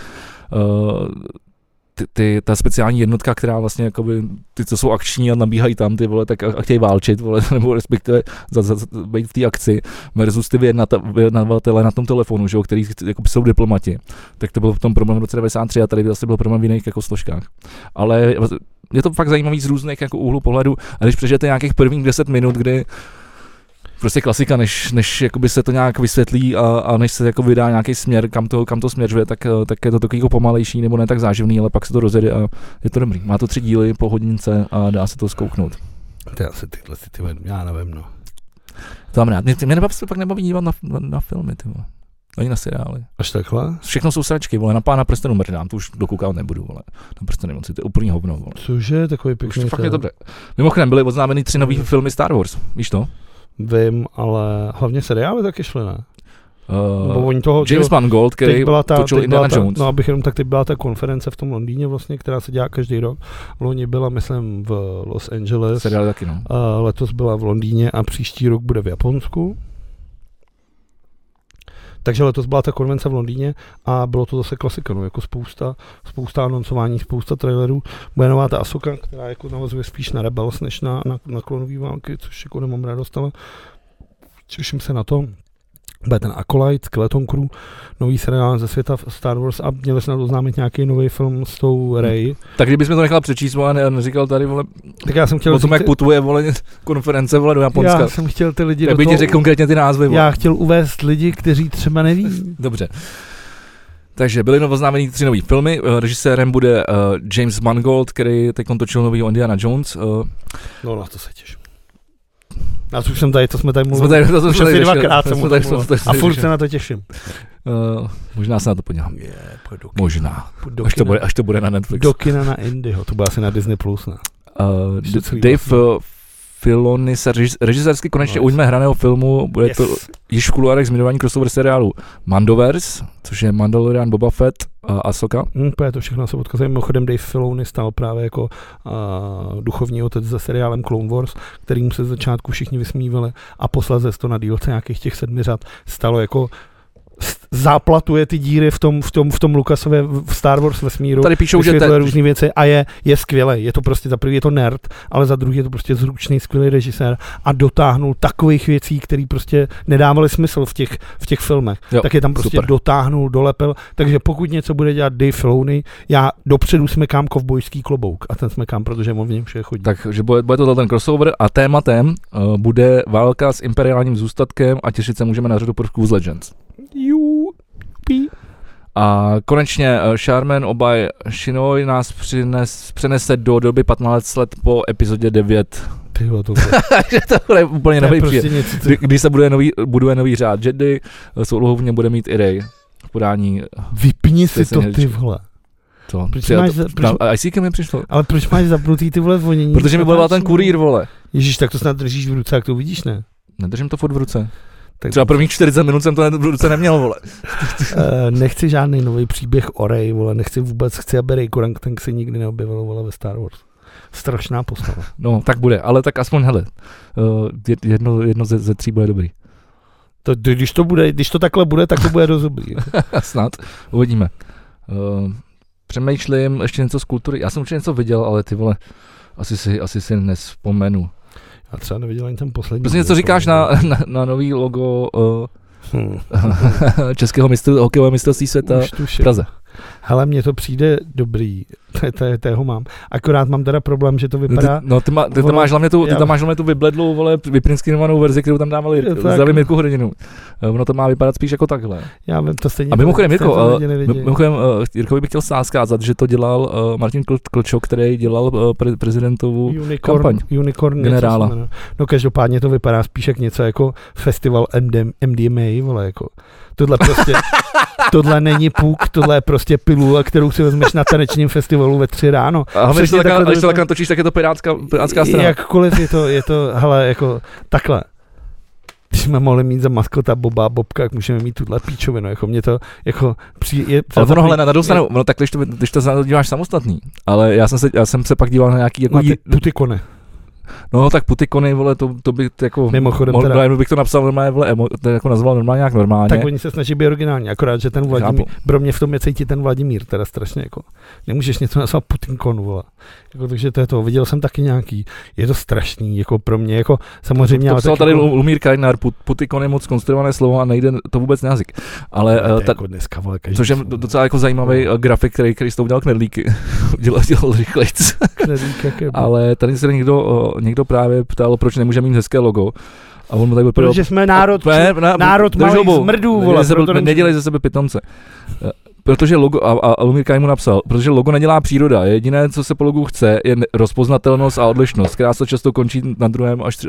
uh, Ty, ty, ta speciální jednotka, která vlastně jakoby, ty, co jsou akční a nabíhají tam, ty vole, tak a, a chtějí válčit, vole, nebo respektive za, za, za, být v té akci, versus ty vyjednavatele na tom telefonu, že jo, který jako, jsou diplomati. Tak to byl v tom problém v roce devadesát tři a tady vlastně byl problém v jiných jako, složkách. Ale je to fakt zajímavý z různých jako, úhlu pohledu, a když přežijete nějakých prvních deset minut, kdy prostě klasika, než, než jakoby se to nějak vysvětlí a, a než se jako vydá nějaký směr, kam to, kam to směřuje, tak, tak je to takový jako pomalejší nebo ne tak záživný, ale pak se to rozjede a je to dobrý. Má to tři díly po hodince a dá se to zkouknout. To já se tyhle si ty já nevím, no. To mám rád. Mě, mě nebaví, pak nebaví dívat na, na, na filmy, ty vole. Ani na seriály. Až takhle? Všechno jsou sračky, vole, na Pána prstenů mrdám, to už dokoukat nebudu, vole. Na prsteny moci, to je úplný hovno, vole. Cože, takový pěkný. Už fakt je dobré. Mimochodem byly oznámeny tři nový filmy Star Wars, víš to? Vím, ale hlavně seriály taky šly, ne? Uh, oni toho, James Mangold, který ta, točil Indiana ta, Jones. No, abych jenom tak teď byla ta konference v tom Londýně vlastně, která se dělá každý rok. Loni byla, myslím, v Los Angeles. Seriály taky, no. Uh, letos byla v Londýně a příští rok bude v Japonsku. Takže letos byla ta konvence v Londýně a bylo to zase klasika, no, jako spousta, spousta anoncování, spousta trailerů. Bude nová ta Ahsoka, která jako navazuje spíš na Rebels, než na, na, na klonový války, což jako nemám radost, ale těším se na to. bude ten Acolyte, Skeleton Crew, nový seriál ze světa Star Wars a měli jsme oznámit nějaký nový film s tou Rey. Tak kdybychom to nechal přečíst, ale neříkal tady, vole, tak já jsem chtěl o tom, jak putuje, vole, konference, vole, do Japonska. Já jsem chtěl ty lidi tak do toho... řekl konkrétně ty názvy, vole. Já chtěl uvést lidi, kteří třeba neví. Dobře. Takže byly oznámeny tři nový filmy. Režisérem bude uh, James Mangold, který teď točil nový Indiana Jones. Uh, no na to se těším. Já už jsem tady, to jsme tady mluvili. Jsme tady, to už asi dvakrát jsem tady, mluvil. A furt se na to těším. Uh, možná se na to podívám. Yeah, možná. Až to, bude, až to bude na Netflixu. Do kina na Indyho, to bude asi na Disney plus, ne? Uh, Dave uh, Filoni se režisérsky konečně no, ujme hraného filmu, bude yes. to již v kuloárech zmiňování crossover seriálu Mandoverse, což je Mandalorian, Boba Fett a Ahsoka. Hmm, to všechno se odkazuje. Mimochodem Dave Filoni stal právě jako uh, duchovní otec za seriálem Clone Wars, kterým se z začátku všichni vysmívali a posledně to na dílce nějakých těch sedmi řad stalo jako záplatuje ty díry v tom, v tom, v tom Lucasově v Star Wars vesmíru. Tady píšou, že ten... různý věci a je, je skvělý. Je to prostě za prvý je to nerd, ale za druhý je to prostě zručný, skvělý režisér a dotáhnul takových věcí, které prostě nedávaly smysl v těch, v těch filmech. Jo, tak je tam prostě super. Dotáhnul, dolepil. Takže pokud něco bude dělat Dave Filoni, já dopředu smekám kovbojský klobouk a ten smekám, protože on v něm vše chodí. Takže bude, bude to ten crossover a tématem uh, bude válka s imperiálním zůstatkem a těšit se můžeme na řadu prvků z Legends. Jupi. A konečně uh, Charmin Obaj Shinoi nás přines, přenese do doby patnáct let po epizodě devět. Tyjo, to Takže to bude úplně nový prostě příběh. Něco, co... Kdy, když se bude nový, buduje nový řád Jedi, s úlohou v něm bude mít i Rey v podání. Vypni si to, ty vole. To, proč máš za, proč, a I C K mi přišlo. Ale proč máš zapnutý ty vole zvonění? Protože mi volal ten kurýr, vole. Ježíš, tak to snad držíš v ruce, jak to vidíš, ne? Nedržím to furt v ruce. Tak třeba prvních čtyřicet minut jsem to v ruce neměl, vole. uh, nechci žádný nový příběh o Rey, vole, nechci vůbec, chci, aby Rey Koranktank se nikdy neobjevil, vole, ve Star Wars. Strašná postava. No, tak bude, ale tak aspoň, hele, uh, jedno, jedno ze, ze tří bude dobrý. To, když to bude, když to takhle bude, tak to bude dost dobrý. Snad, uvidíme. Uh, přemýšlím ještě něco z kultury, já jsem určitě něco viděl, ale ty vole, asi si, asi si nespomenu. Já třeba neviděl ani ten poslední. Prostě něco říkáš na, na, na nový logo uh, hmm. českého mistr, hokejového mistrovství světa v Praze. Hele, mně to přijde dobrý, tého mám. Akorát mám teda problém, že to vypadá... No ty, ma, ty, tam máš hlavně tu, ty tam máš hlavně tu vybledlou, vole, vyprinskinovanou verzi, kterou tam dávali zdravím Mirku Hrdinu. Ono to má vypadat spíš jako takhle. Já vím, to stejně... A mimochodem, Jirko, uh, mimochodem uh, Jirkovi bych chtěl zkázat, že to dělal uh, Martin Klčok, který dělal uh, pre, prezidentovu Unicorn, kampaň. Unicorn generála. No každopádně to vypadá spíš jak něco jako festival M D M A, vole, jako... Tohle prostě, tohle není puk, tohle je prostě pilula, kterou si vezmeš na tanečním festivalu ve tři ráno. A když to takhle, to tak natočíš, tak je to pirátská, pirátská strana. Jakkoliv je to, je to, hele, jako takhle. Když jsme mohli mít za maskota Boba a Bobka, jak můžeme mít tuhle píčovinu, jako mě to, jako... Při, je, ale ono, hele, na druhou stranu, no tak když to, když to díváš samostatný, ale já jsem se, já jsem se pak díval na nějaký... Jako jí, putikone. No tak putikony, vole, to, to by jako, mimochodem mohl, teda, bych to napsal normálně, vole, emo, to jako nazval normálně nějak normálně. Tak oni se snaží být originální, akorát, že ten Vladimír, pro mě v tom je cítit ten Vladimír, teda strašně jako, nemůžeš něco nazvat Putinkonu, vole. Jako, takže to je to, viděl jsem taky nějaký, je to strašný, jako pro mě, jako samozřejmě. To, to psal tady jako, Lumír Kajnár, put, Putikon je moc konstruované slovo a nejde to vůbec na jazyk. Ale to ta, jako dneska, vole, což je docela jako zajímavý no. grafik, který, který s tou udělal Knedlíky, dělal, dělal rychlejc. Ale tady se někdo, někdo právě ptal, proč nemůžeme mít hezké logo. A on mu tak vypadal... Protože jsme národ, ne, na, národ malých zmrdů, vole. Nedělej, nedělej ze sebe pitomce. Protože logo, a, a Lumír Kaj mu napsal, protože logo nedělá příroda, jediné, co se po logu chce, je rozpoznatelnost a odlišnost, která se často končí na druhém až,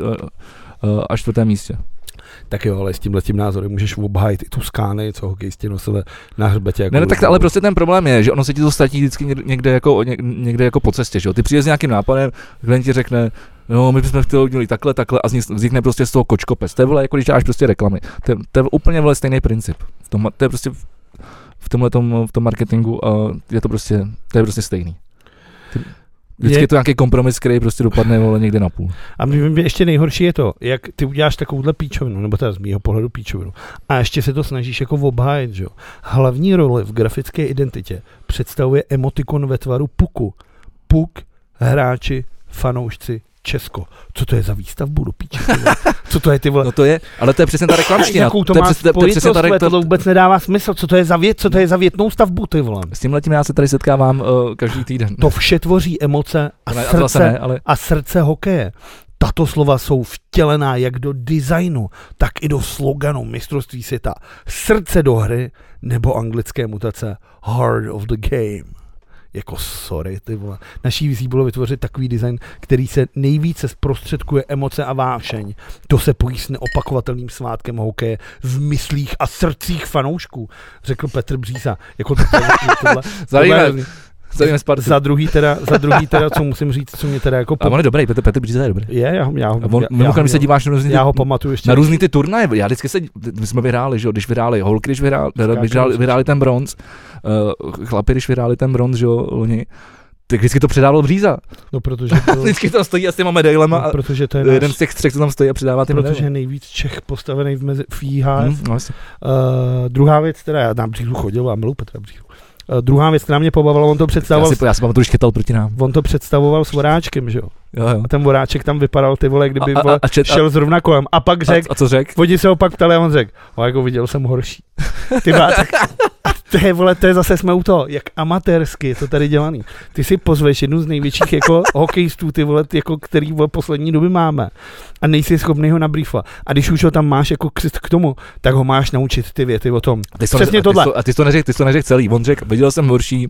až čtvrtém místě. Tak jo, ale s tímhle tím názorem můžeš obhájit i tu skány, co hokejisti nosili na hřbetě. Jako ne, ne, tak ale prostě ten problém je, že ono se ti to ztratí vždycky někde jako, někde jako po cestě, že jo. Ty přijdeš s nějakým nápadem, klient ti řekne, no, my bychom chtěli udělat takhle, takhle a vznikne prostě z toho kočkopes. To je vole, jako když děláš prostě reklamy. To je, to je úplně vole stejný princip. V tom, to je prostě v tomhle tom, v tom marketingu a je to prostě, to je prostě stejný. Ty, vždycky je, je to nějaký kompromis, který prostě dopadne vole někde na půl. A mě ještě nejhorší je to, jak ty uděláš takovouhle píčovinu, nebo teda z mýho pohledu píčovinu, a ještě se to snažíš jako obhájit, že jo. Hlavní roli v grafické identitě představuje emotikon ve tvaru puku. Puk, hráči, fanoušci, Česko. Co to je za výstavbu do píči? Co to je ty vole? No to je, ale to je přesně ta reklamština. Jakou to, to má je přesně, to je přesně ta spojitost, reklam... to vůbec nedává smysl. Co to je za věc, co to je za větnou stavbu, ty vole? S tímhletím já se tady setkávám uh, každý týden. To vše tvoří emoce a, ne, srdce, a, ne, ale... a srdce hokeje. Tato slova jsou vtělená jak do designu, tak i do sloganu mistrovství světa. Srdce do hry nebo anglické mutace Heart of the Game. Jako sorry, ty vole. Naší vizí bylo vytvořit takový design, který se nejvíce zprostředkuje emoce a vášeň. To se pojí s neopakovatelným svátkem hokeje v myslích a srdcích fanoušků, řekl Petr Bříza. Jako to, tohle, tohle, za druhý teda, za druhý teda, co musím říct, co mě teda jako... Po... A on je dobrý, Petr, Petr Bříza je dobrý. Je, já, já, on, já, já, když se díváš na různý, já ho pamatuju ještě. Na různý ty turnaje, já vždycky se, my jsme vyhráli, že jo, když vyhráli holky, když vyhráli, vyhráli, vyhráli ten bronz, uh, chlapi, když vyhráli ten bronz, že jo, loni, tak vždycky to předával Bříza. No, protože to... vždycky tam stojí a s těma medailema no, protože to je a jeden náš... z těch třech, co tam stojí a předává ty medaile. Protože je nejvíc Čech postavený v, mezi, v I H F. Hmm, no, uh, druhá věc, teda já na Břízu chodil a milu Petra Břízu. Uh, druhá věc, která mě pobavila, on to představoval... Já si, já si pamatuju, že chytal proti nám. On to představoval s Voráčkem, že jo? Jo, jo. A ten Voráček tam vypadal, ty vole, kdyby a, a, a čet, šel a, zrovna kolem. A pak řekl... A, a co řekl? Oni se ho pak ptali a on řekl, o, jako viděl jsem horší. Ty má, tak, a to je, vole, to je zase jsme u toho, jak amatérsky je to tady dělaný. Ty si pozveš jednu z největších jako hokejistů, ty vole, jako, který vole, poslední doby máme. A nejsi schopný ho nabrýfovat. A když už ho tam máš jako křist k tomu, tak ho máš naučit ty věty o tom. Ty Přesně a ty tohle. To, a ty jsi to neřekl, ty jsi to neřekl celý. On řekl, viděl jsem horší,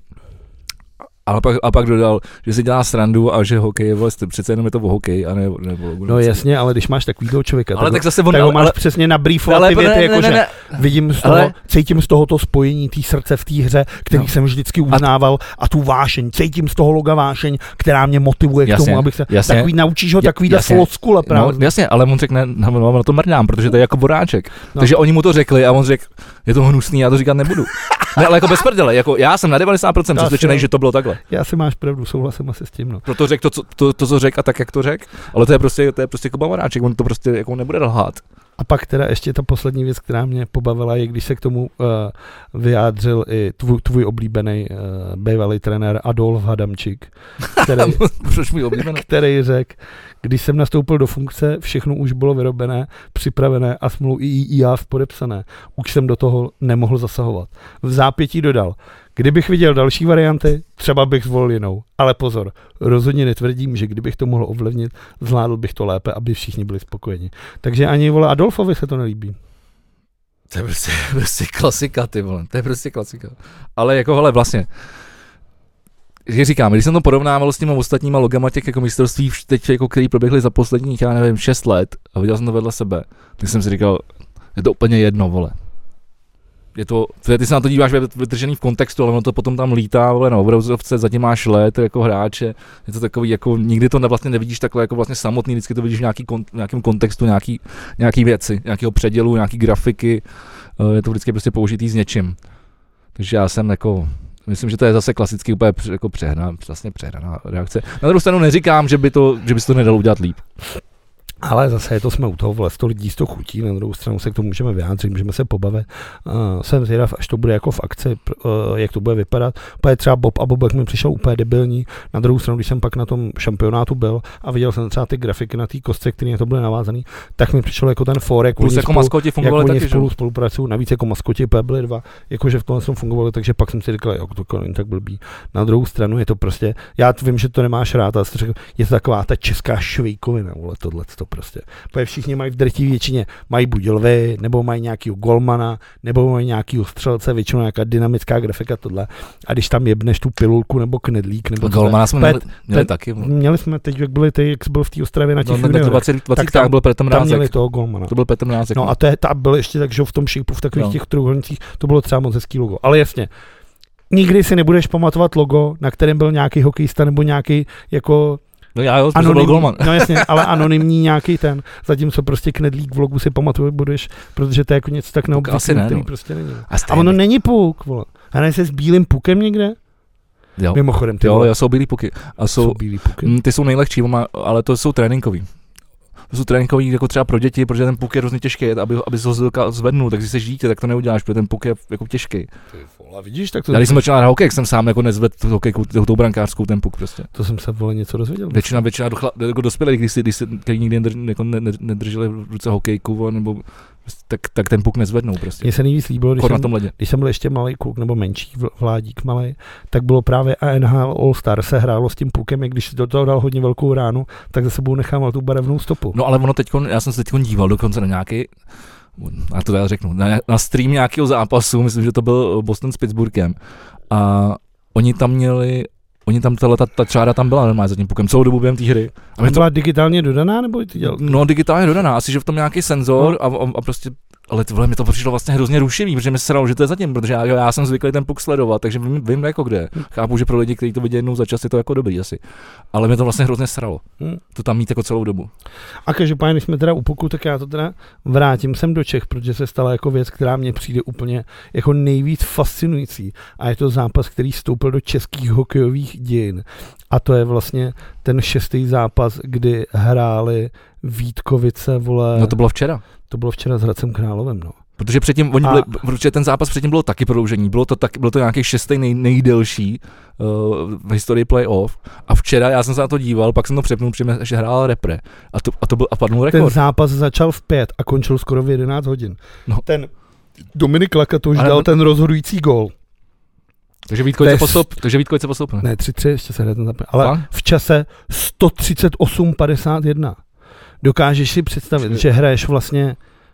a pak, a pak dodal, že si dělá srandu a že hokej je vlastně, přece jenom je to o hokej a ne, nebo no jasně, ale když máš takovýho člověka, ale tak, tak zase on, tak ho máš ale, přesně nabrýfovat ty věty, jakože vidím z toho, ale, cítím z tohoto spojení té srdce v té hře, který no. jsem vždycky uznával a tu vášeň, cítím z toho loga vášeň, která mě motivuje jasně, k tomu, abych se, jasně, takový naučíš ho takovýhle floskule právě. No, jasně, ale on řekne, na, na to mrdám, protože to je jako Voráček. No. Takže oni mu to řekli a on řekl, je to hnusný, já to říkat nebudu. Ne, ale jako bez prdele, jako já jsem na devadesát procent přesvědčený, že to bylo takhle. Já si máš pravdu, souhlasím asi s tím, no. Proto řekl to, co, to, to, co řekl a tak, jak to řekl, ale to je prostě, to je prostě Kuba Voráček, on to prostě jako nebude lhát. A pak teda ještě ta poslední věc, která mě pobavila, je, když se k tomu uh, vyjádřil i tvůj, tvůj oblíbený uh, bývalý trenér Adolf Hadamčík, který, který řekl, když jsem nastoupil do funkce, všechno už bylo vyrobené, připravené a smlouvu i já podepsané. Už jsem do toho nemohl zasahovat. V zápětí dodal, kdybych viděl další varianty, třeba bych zvolil jinou. Ale pozor, rozhodně netvrdím, že kdybych to mohl ovlivnit, zvládl bych to lépe, aby všichni byli spokojeni. Takže ani vole Adolfovi se to nelíbí. To je prostě, prostě klasika, ty vole, to je prostě klasika. Ale jako hele, vlastně, jak říkám, když jsem to porovnával s těma ostatníma logama těch jako mistrovství, teď jako, který proběhly za posledních, já nevím, šest let a viděl jsem to vedle sebe, tak jsem si říkal, je to úplně jedno, vole. Je to, ty se na to díváš vytržený v kontextu, ale ono to potom tam lítá, vole, na obrazovce, zatím máš let jako hráče, je to takový, jako nikdy to vlastně nevidíš takhle jako vlastně samotný, vždycky to vidíš v nějaký, v nějakém kontextu, nějaký, nějaký věci, nějakého předělu, nějaký grafiky, je to vždycky prostě použitý s něčím. Takže já jsem jako, myslím, že to je zase klasicky úplně jako přehraná, vlastně přehraná reakce. Na druhou stranu neříkám, že by to, že by se to nedalo udělat líp. Ale zase je to, jsme u toho, vole, sto lidí z toho chutí, na druhou stranu se k tomu můžeme vyjádřit, můžeme se pobavit. Uh, jsem zvědav, až to bude jako v akci, uh, jak to bude vypadat. Úplně třeba Bob a Bobek mi přišel úplně debilní. Na druhou stranu, když jsem pak na tom šampionátu byl a viděl jsem třeba ty grafiky na té kostce, které na to byly navázané, tak mi přišel jako ten for, jak plus oni jako spolu, maskoti fungovali jak oni taky, spolu spolupracují, navíc jako maskoti byly dva, jakože v tomhle fungovali, takže pak jsem si říkal, jo, to není tak blbý. Na druhou stranu je to prostě, já vím, že to nemáš rád, ale řekl, je to taková ta česká švejkovina, vole, tohle to prostě. Všichni mají v drtivé většině, mají buď lvy, nebo mají nějakýho golmana, nebo mají nějakýho střelce, většinou nějaká dynamická grafika tohle. A když tam jebneš tu pilulku nebo knedlík, nebo golmana jsme měli, měli taky. Měli jsme teď, jak byli ty, jak byl v té Ostravě na těch no, juniorech, dvacet, dvacet, tak tam, byl Petr Mrázek. Tam měli toho golmana. To byl Petr Mrázek. No a to je, ta byl ještě tak, že v tom šípu, v takových no. těch trůhelnicích, to bylo třeba moc hezký logo. Ale jasně, nikdy si nebudeš pamatovat logo, na kterém byl nějaký hokejista nebo nějaký jako no já jo, anonymní, golman. No jasně, ale anonymní nějaký ten, zatímco prostě knedlík v logu si pamatuje budeš, protože to je jako něco tak neobvyklého, který no. prostě není. A, a ono není puk, vole. Hraje se s bílým pukem někde? Jo. Mimochodem, ty jo, jo, jsou bílý puky. A jsou, jsou bílý puky. M, ty jsou nejlehčí, ale to jsou tréninkový. to jsou tréninkový jako třeba pro děti, protože ten puk je hrozně těžký, aby, aby se ho zvednul, tak když jsi dítě, tak to neuděláš, protože ten puk je jako těžký. A vidíš, tak to... Já když jsem začal hrát hokej, jsem sám jako nezvedl tu hokejku, tou brankářskou ten puk prostě. To jsem se vole něco dozvěděl. Většina, většina dochla, jako dospělých, když si, když si, který nikdy nedrž, jako nedrželi v ruce hokejku, nebo tak, tak ten puk nezvednou prostě. Mně se nejvíc líbilo, když, jsem, když jsem byl ještě malý kluk nebo menší vládík malý, tak bylo právě A N H L All Star se hrálo s tím pukem, jak když do toho dal hodně velkou ránu, tak za sebou nechával tu barevnou stopu. No ale ono teďko, já jsem se teďko díval dokonce na nějaký, já to já řeknu, na, na stream nějakého zápasu, myslím, že to byl Boston s Pittsburghem a oni tam měli Oni tam, tato, ta, ta čára tam byla normálně za tím pukem, celou dobu během té hry. A to byla to... digitálně dodaná, nebo ty dělal? No digitálně dodaná, asi, že v tom nějaký senzor no. a, a prostě, ale to, mi to přišlo vlastně hrozně rušivý, protože mi se sralo, že to je zatím, protože já, já jsem zvyklý ten puk sledovat, takže vím, vím jako kde. Chápu, že pro lidi, kteří to vidí jednou za čas, je to jako dobrý asi. Ale mě to vlastně hrozně sralo, hmm. to tam mít jako celou dobu. A každopádně, když jsme teda u puku, tak já to teda vrátím sem do Čech, protože se stala jako věc, která mě přijde úplně jako nejvíc fascinující. A je to zápas, který vstoupil do českých hokejových dějin. A to je vlastně ten šestý zápas, kdy hráli Vítkovice, vole... No to bylo včera. To bylo včera s Hradcem Královem, no. Protože předtím, oni byli, a... protože ten zápas předtím bylo taky prodloužení, bylo to, tak, bylo to nějaký šestý nej, nejdelší uh, v historii playoff a včera já jsem se na to díval, pak jsem to přepnul, protože že hrál repre a to, a to byl a padnul rekord. Ten zápas začal v pět a končil skoro v jedenáct hodin. No. Ten Dominik Lakatoš dal on... ten rozhodující gól. Takže Vítkovice postoup, takže Vítkovice postoupil. Ne, tři tři ještě se ten zapne, ale a? v čase sto třicet osm padesát jedna. Dokážeš si představit, že hraješ vlastně,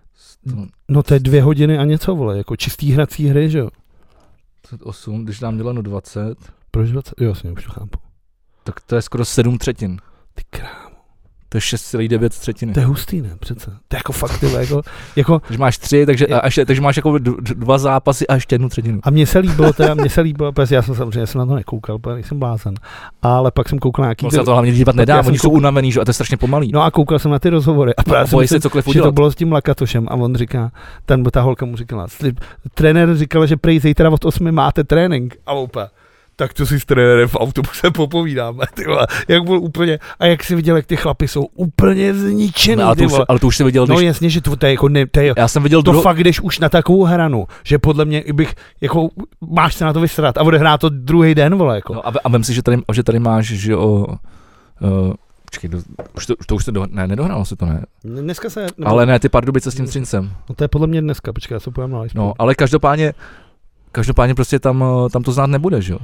no to je dvě hodiny a něco, vole, jako čistý hrací hry, že jo? třicet osm, když nám děleno dvacet. Proč dvacet? Jo, jasně, už to chápu. Tak to je skoro sedm třetin. Ty krámo. To je šest celá devět třetiny. To je hustý, ne, přece. To je jako fakt, tyhle, jako, jako... Takže máš tři, takže, a ještě, takže máš jako dva zápasy a ještě jednu třetinu. A mně se líbilo teda, mně se líbilo, protože já jsem samozřejmě jsem na to nekoukal, protože nejsem blázen. Ale pak jsem koukal na nějaký... No se na to hlavně dívat nedá, oni jsou unavený, že? A to je strašně pomalý. No a koukal jsem na ty rozhovory a právě no, jsem myslím, že to bylo s tím Lakatošem a on říká, ten, ta holka mu říkala, trenér říkal, že prej zítra od osmi máte trénink a opa. Tak to si s trenérem v autobuse popovídáme, ty vole, jak byl úplně, a jak si viděl, jak ty chlapy jsou úplně zničený, no, ale, to už, ale to už si viděl, no když... jasně, že to, to je jako, ne, to je, já jsem viděl to druho... fakt jdeš už na takovou hranu, že podle mě bych, jako, máš se na to vysrat a bude hrát to druhý den, vole, jako. No a, a vem si, že tady, že tady máš, že o... Uh, počkej, do, už to, to už se do, ne, nedohralo se to, ne? Dneska se... Nebo... Ale ne, ty Pardubice s tím Třincem. No to je podle mě dneska, počkej, já se pojím na No, ale každopádně, každopádně prostě tam, tam to znát nebude, že jo?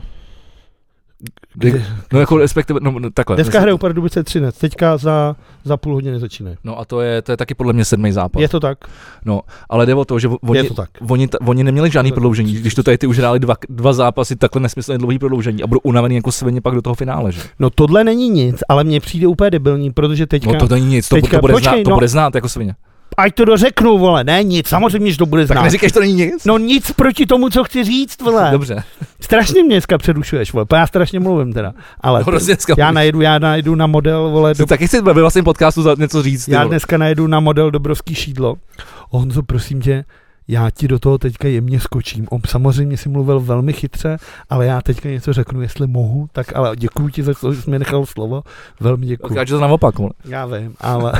Kdy, no jako respektive, no, no takhle. Dneska hrajou Pardubice třináct, teďka za, za půl hodiny začínají. No a to je, to je taky podle mě sedmý zápas. Je to tak. No, ale jde o to, že oni, je to tak. Oni, oni neměli žádný prodloužení, když to tady ty už hráli dva, dva zápasy, takhle nesmyslně dlouhý prodloužení a budou unavený jako svině pak do toho finále, že? No tohle není nic, ale mně přijde úplně debilní, protože teďka... No to není nic, to, teďka, to, bude, počkej, znát, to no, bude znát jako svině. Ať to dořeknu, vole, ne nic, samozřejmě, že to bude znát. Tak neříkej, to není nic? No nic proti tomu, co chci říct, vole. Dobře. Strašně mě dneska předušuješ, vole, já strašně mluvím teda. Ale no, já najedu, já najedu na model, vole. Do... Taky chci ve vlastním podcastu za něco říct. Já dneska najedu na model Dobrovský šídlo. Honzo, prosím tě, já ti do toho teďka jemně skočím. On samozřejmě si mluvil velmi chytře, ale já teďka něco řeknu, jestli mohu, tak ale děkuji ti za to, že jsi mi nechal slovo. Velmi děkuji. Takže to naopak, vole. Já vím, ale...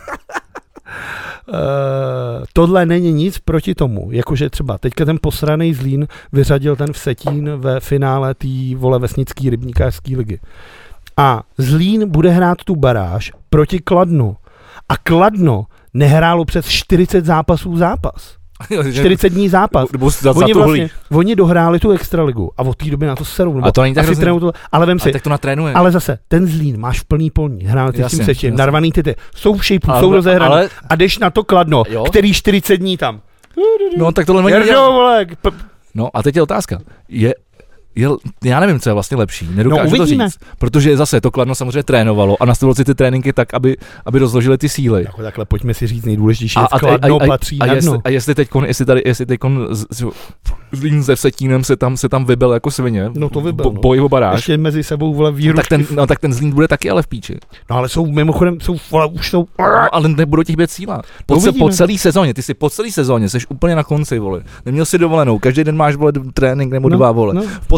Uh, tohle není nic proti tomu, jakože třeba teďka ten posranej Zlín vyřadil ten Vsetín ve finále té vole vesnický rybníkářský ligy. A Zlín bude hrát tu baráž proti Kladnu. A Kladno nehrálo přes čtyřicet zápasů zápas. čtyřicet dní zápas. Oni, vlastně, oni dohráli tu extraligu a od té doby na to serou. A to není tak hrozný. To, ale vem si, tak to natrénuje. Ale zase, ten Zlín máš v plný polní, hrál ty s tím sečím, narvaný ty ty, jsou v šejpu, jsou rozehraný ale... a jdeš na to Kladno, jo? Který čtyřicet dní tam. No tak tohle není. No a teď je otázka. Je Je, já nevím, co je vlastně lepší, nedokážu no, to říct, protože zase to Kladno samozřejmě trénovalo a nastavilo si ty tréninky tak, aby, aby rozložili ty síly. Jako takhle pojďme si říct nejdůležitější, a, a Kladno a, a, patří a, na jestli, dno. A jestli teďkon, jestli tady, jestli teďkon Zlín se Vsetínem se tam, se tam vybel jako svině, no to vybel, bo, no. boj o baráž. Ještě mezi sebou vole výručky. No tak ten, no tak ten Zlín bude taky ale v píči. No ale jsou mimochodem, jsou, vole, už jsou... No, ale nebudou těch být síla. Po, se, po celý sezóně, ty si po celý sezóně, jsi úplně na konci, vole. Neměl si dovolenou, každý den máš, vole, trénink nebo no, dva, vole. No. V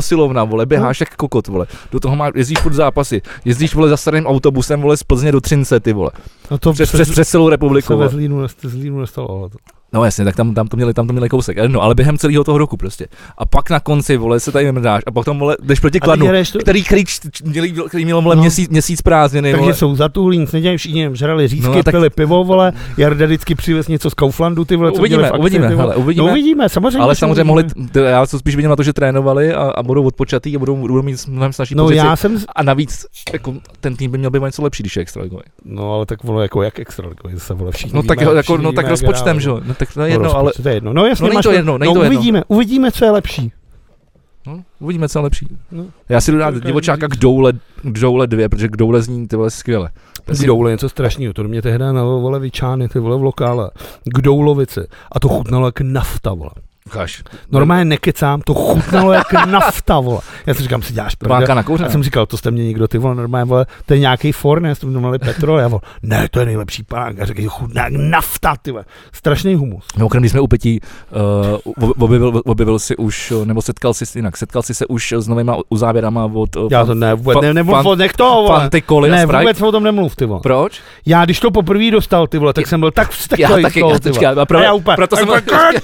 posilovna, vole, běháš jak kokot, vole. Do toho máš, jezdíš furt zápasy, jezdíš, vole, za starým autobusem, vole, z Plzně do Třince, ty vole. No to přes, přes, přes celou republiku. Se ve Zlínu, Zlínu nestalo, ale to. No jasně, tak tam, tam, to měli, tam to měli kousek, no, ale během celého toho roku prostě. A pak na konci, vole, se tady mrdáš a pak tam, vole, jdeš proti Kladnu, to... který, který, který, který měl, vole, no. měsíc, měsíc prázdniny, takže vole. jsou zatuhlí, nic nedělají, všichni jen žrali řízky, no, tak... pili pivo, vole, Jarda vždycky přivez něco z Kauflandu, ty vole, co uvidíme, měli v akci, uvidíme, ty vole. hele, uvidíme, no, uvidíme, samozřejmě. Ale samozřejmě mohli, já to spíš vidím na to, že trénovali a, a budou odpočatý a budou, budou mít mnohem snažší no, pozici. Já jsem... A navíc, jako, ten tým by měl být něco lepší, když je extraligový. No, ale tak vole, jako jak extraligový, se vole všichni. No tak víme, jako, no tak rozpočtem, že jo. No tak to je jedno, ale to je jedno. No jasně, no, máš to jedno, no, to uvidíme, jedno. uvidíme, co je lepší. No, uvidíme, co je lepší. No. Já si jdu dát divočáka k Doule, k Doule dvě, protože k Doule zní ty vole skvěle. K Doule něco strašného, to do mě tehdy na vole Vyčány, ty vole v lokále, k Doulovici a to chutnalo jak nafta, vole. Kaž. Normálně nekecám, to chutnalo jak nafta, vole. Já si říkám, si děláš prdel. Já jsem říkal, to jste mě někdo, ty vole, normálně, vole, to je nějaký Fornes, to měli petrol, já vole, ne, to je nejlepší panák, já říkám, chutná jak nafta, ty vole. Strašný humus. No, když jsme u pití, uh, objevil, objevil si už, nebo setkal si jinak, setkal si se už s novýma uzávěrama od... Uh, já to ne, vůbec, ne, nemluv o nech toho, vole. Fanty, ne, vůbec o tom nemluv, ty vole. Proč? Já, když to poprvé dostal, ty vole, tak jsem byl tak vzteklý z toho, ty vole. A já úplně, proto jsem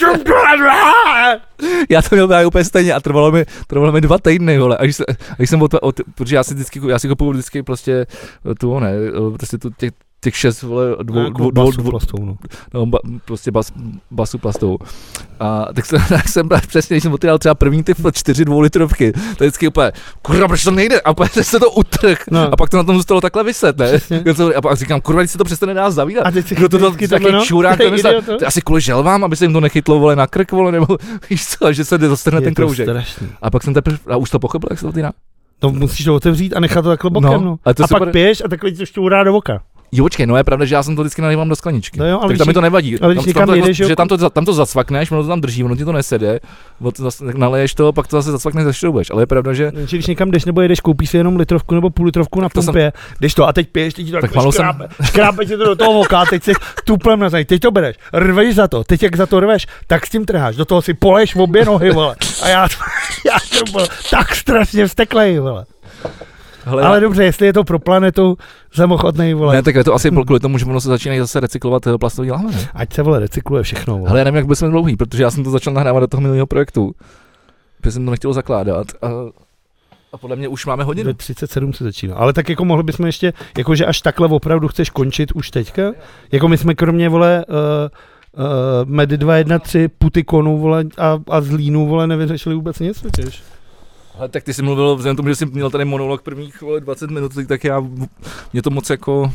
já to měl právě úplně stejně a trvalo mi, trvalo mi dva týdny, vole, a když, a když jsem od, od, protože já si vždycky, já si kupuju vždycky prostě tu, ne, prostě tu, těch, těch šest, vole, dvou, no, dvou, dvou, dvou, plastou, no. no ba, prostě bas, basu plastou. A tak jsem, tak jsem přesně, když jsem otvírал třeba první ty čtyři dvoulitrovky, to je vždycky úplně, kurva, proč to nejde? A úplně se to utrh. No. A pak to na tom zůstalo takhle vyset, ne? A pak říkám, kurva, když se to přestane nás zavídat. A teď si kdo to dal taky čurák, to myslel, asi kvůli želvám, aby se jim to nechytlo, vole, na krk, vole, nebo víš co, že se dostrhne ten kroužek. A pak jsem teprve, a už to pochopil, jak se to otvírá. No musíš to otevřít a nechat to takhle bokem, no. no. A, a pak piješ a takhle ti to šťourá do oka. Jo, počkej, no je pravda, že já jsem to vždycky nalívám do skleničky. No jo, tak tam mi to nevadí. Ale když tam, tam, jedeš, to, že tam to, tam to zacvakneš, ono to tam drží, ono ti to nesede, tak naleješ to, pak to zase zacvakneš, zašroubuješ. Ale je pravda, že... Když někam jdeš nebo jedeš, koupíš si jenom litrovku nebo půl litrovku na pumpě, jsem... jdeš to a teď piješ, teď ti to tak škrábe, jsem... škrábe ti to do toho oka, teď si tuplem na zem, teď to bereš, rveš za to, teď jak za to rveš, tak s tím trháš, do toho si poleješ v obě nohy, vole. A já, já jsem byl tak strašně vzteklej, vole. Hele, ale dobře, jestli je to pro planetu, jsem ochotnej, vole. Ne, tak je to asi kvůli tomu, že ono se začínají zase recyklovat plastový lahve, ne? Ať se, vole, recykluje všechno, vole. Ale já nevím, jak byl jsem dlouhý, protože já jsem to začal nahrávat do toho minulého projektu. Protože jsem to nechtěl zakládat. A, a podle mě už máme hodinu. Ve třicet sedm se začíná. Ale tak jako mohli bychom ještě, jakože až takhle opravdu chceš končit už teďka? Jako my jsme kromě, vole, uh, uh, Medy dva jedna tři, Putikonu, vole, a, a Zlínu, vole, nevyřešili vůbec nic, víš? Ale tak ty jsi mluvil, vzhledem tomu, že jsi měl tady monolog prvních vole, dvacet minut, tak já, mě to moc jako,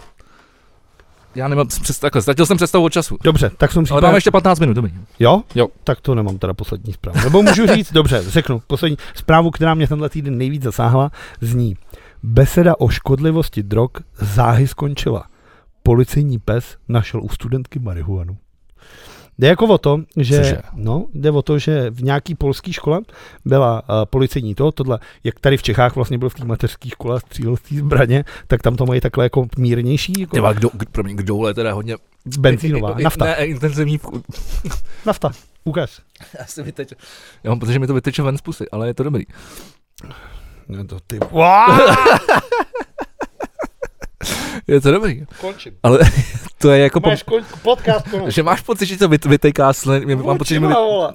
já nemám představu, takhle, ztratil jsem představu o času. Dobře, tak jsem si... Ale máme ještě patnáct minut, dobrý. Jo? Jo. Tak to nemám teda poslední zprávu. Nebo můžu říct, dobře, řeknu, poslední zprávu, která mě tenhle týden nejvíc zasáhla, zní: beseda o škodlivosti drog záhy skončila. Policejní pes našel u studentky marihuanu. Jde jako o to, že, no, jde o to, že v nějaký polský škole byla uh, policejní to, tohle, jak tady v Čechách vlastně byl v té mateřské škole střílel z té zbraně, tak tam to mají takhle jako mírnější. Jako... Tyva, kdo, pro mě kdo je teda hodně... Benzínová, nafta. Ne, intenzivní... Nafta, ukáž. Já si vyteče. Já mám protože mi to vyteče ven z pusy, ale je to dobrý. Ne, to ty... Je to dobrý. Končím. Ale to je jako... Máš kon... podcast konec. Že máš pocit, že to vytejká slen... Mám pocit, že mi...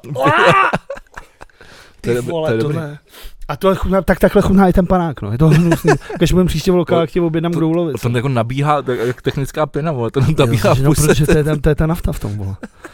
Ty vole, to ne. A to chutná, tak takhle chutná i ten panák, no. Je to hnusný. Když budeme příště v lokálách, ti objednám k Doulovici. To jako nabíhá, jak technická pěna, vole. To nabíhá v puse. No, protože to je, tam, to je ta nafta v tom, vole.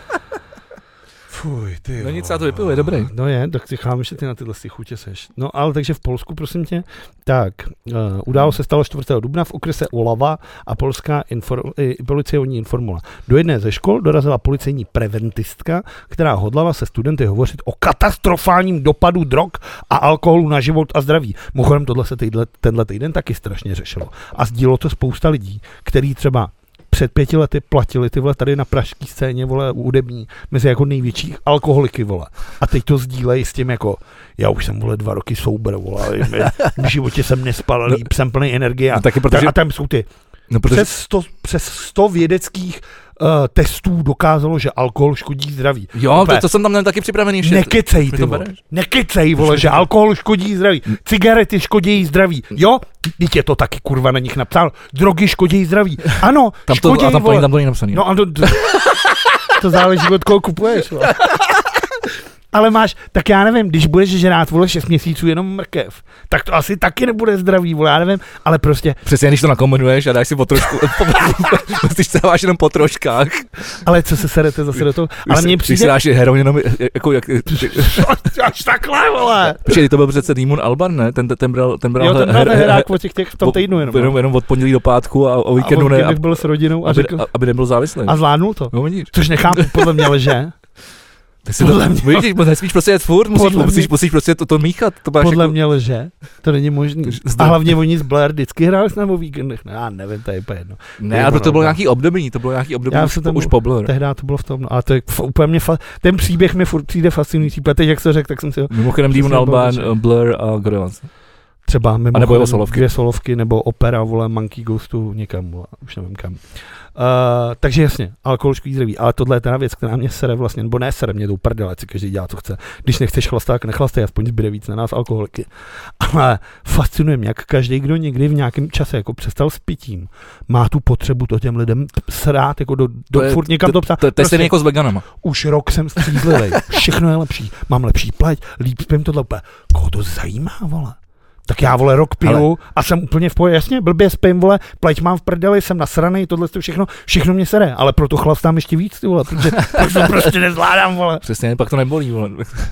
Fuj, ty. No nic, já to vypiju, je dobrý. No je, tak si cháme, že ty na tyhle chutě seš. No ale takže v Polsku, prosím tě, tak uh, událo se stalo čtvrtého dubna v okrese Olava a polská infor, i, policie o ní informovala. Do jedné ze škol dorazila policejní preventistka, která hodlala se studenty hovořit o katastrofálním dopadu drog a alkoholu na život a zdraví. Mimochodem tohle se týdle, tenhle týden taky strašně řešilo. A sdílo to spousta lidí, který třeba před pěti lety platili ty vole tady na pražské scéně, vole, hudební, mezi jako největších alkoholiky, vole. A teď to sdílejí s tím jako, já už jsem, vole, dva roky sober, vole, v životě jsem nespal, líp, jsem plný energie a, no, taky protože... a tam jsou ty No, protože... přes, sto, přes sto vědeckých uh, testů dokázalo, že alkohol škodí zdraví. Jo, to, to jsem tam taky připravený ještě. Nekecej, ty vole. Nekecej, vole, že alkohol škodí zdraví. Cigarety škodí zdraví. Jo, teď je to taky kurva na nich napsáno. Drogy škodí zdraví. Ano, tam to, škodí, a tam to, vole. tam to není napsaný. No, a to, to, to záleží, od koho kupuješ, vole. Ale máš, tak já nevím, když budeš žrát, vole, šest měsíců jenom mrkev, tak to asi taky nebude zdravý, vole, já nevím, ale prostě... Přesně, když to nakombinuješ a dáš si po trošku, ty se dáváš jenom po troškách. Ale co se serete zase do toho, ale mně přijde... Když si dáš heroin jenom, jako jak... Až takhle, vole! Počkej, to byl přece Damon Albarn, ne? Ten, ten bral, ten bral jo, ten bral herák o těch těch v tom týdnu jenom. Jenom, jenom od pondělí do pátku a o víkendu ne. A byl s rodinou a aby, řekl... aby nebyl závislý. A zvládnul to. No, vidíš. Což nechápu, podle mě lže. Ty si podle to, mě, vidíš, nesmíš prostě jet furt, musíš, musíš, mě, musíš prostě to, to míchat. To podle jako... mě lže, to není možný. A hlavně oni z Blair vždycky hráli s námi o víkendech. No, já nevím, to je úplně jedno. Ne, ale to bylo nějaký období, to bylo nějaký období už, už po Blur. Tehdy to bylo v tom, no, ale to je úplně mě, fa- ten příběh mi furt přijde fascinující, protože teď, jak jsi řekl, tak jsem si ho... Mimochodem Damon Albarn, Blur a Gorillaz. Třeba mimo nebo solovky. Dvě solovky, nebo opera, vole, Monkey Ghostu někam, vole, už nevím kam. Uh, takže jasně, alkohol škodí zdraví, ale tohle je teda věc, která mě sere vlastně, nebo ne sere, mě tou prdele, si každý dělá, co chce. Když nechceš chlastat, tak nechlastej, aspoň zbyde víc na nás alkoholiky. Ale fascinuje mě, jak každý, kdo někdy v nějakém čase jako přestal s pitím, má tu potřebu to těm lidem srát, jako do, do to je, furt někam to, to psát. To, to, to je stejně jako s veganama. Už rok jsem střízlivej, všechno je lepší, mám lepší pleť, líp spím tohle úplně. Koho to zajímá, vole? Tak já, vole, rok piju ale... a jsem úplně v pohodě, jasně, blbě spím, vole, pleť mám v prdeli, jsem nasranej, tohle to všechno, všechno mě sere, ale proto chlastám ještě víc, ty vole, protože to prostě nezvládám, vole. Přesně, pak to nebolí, vole.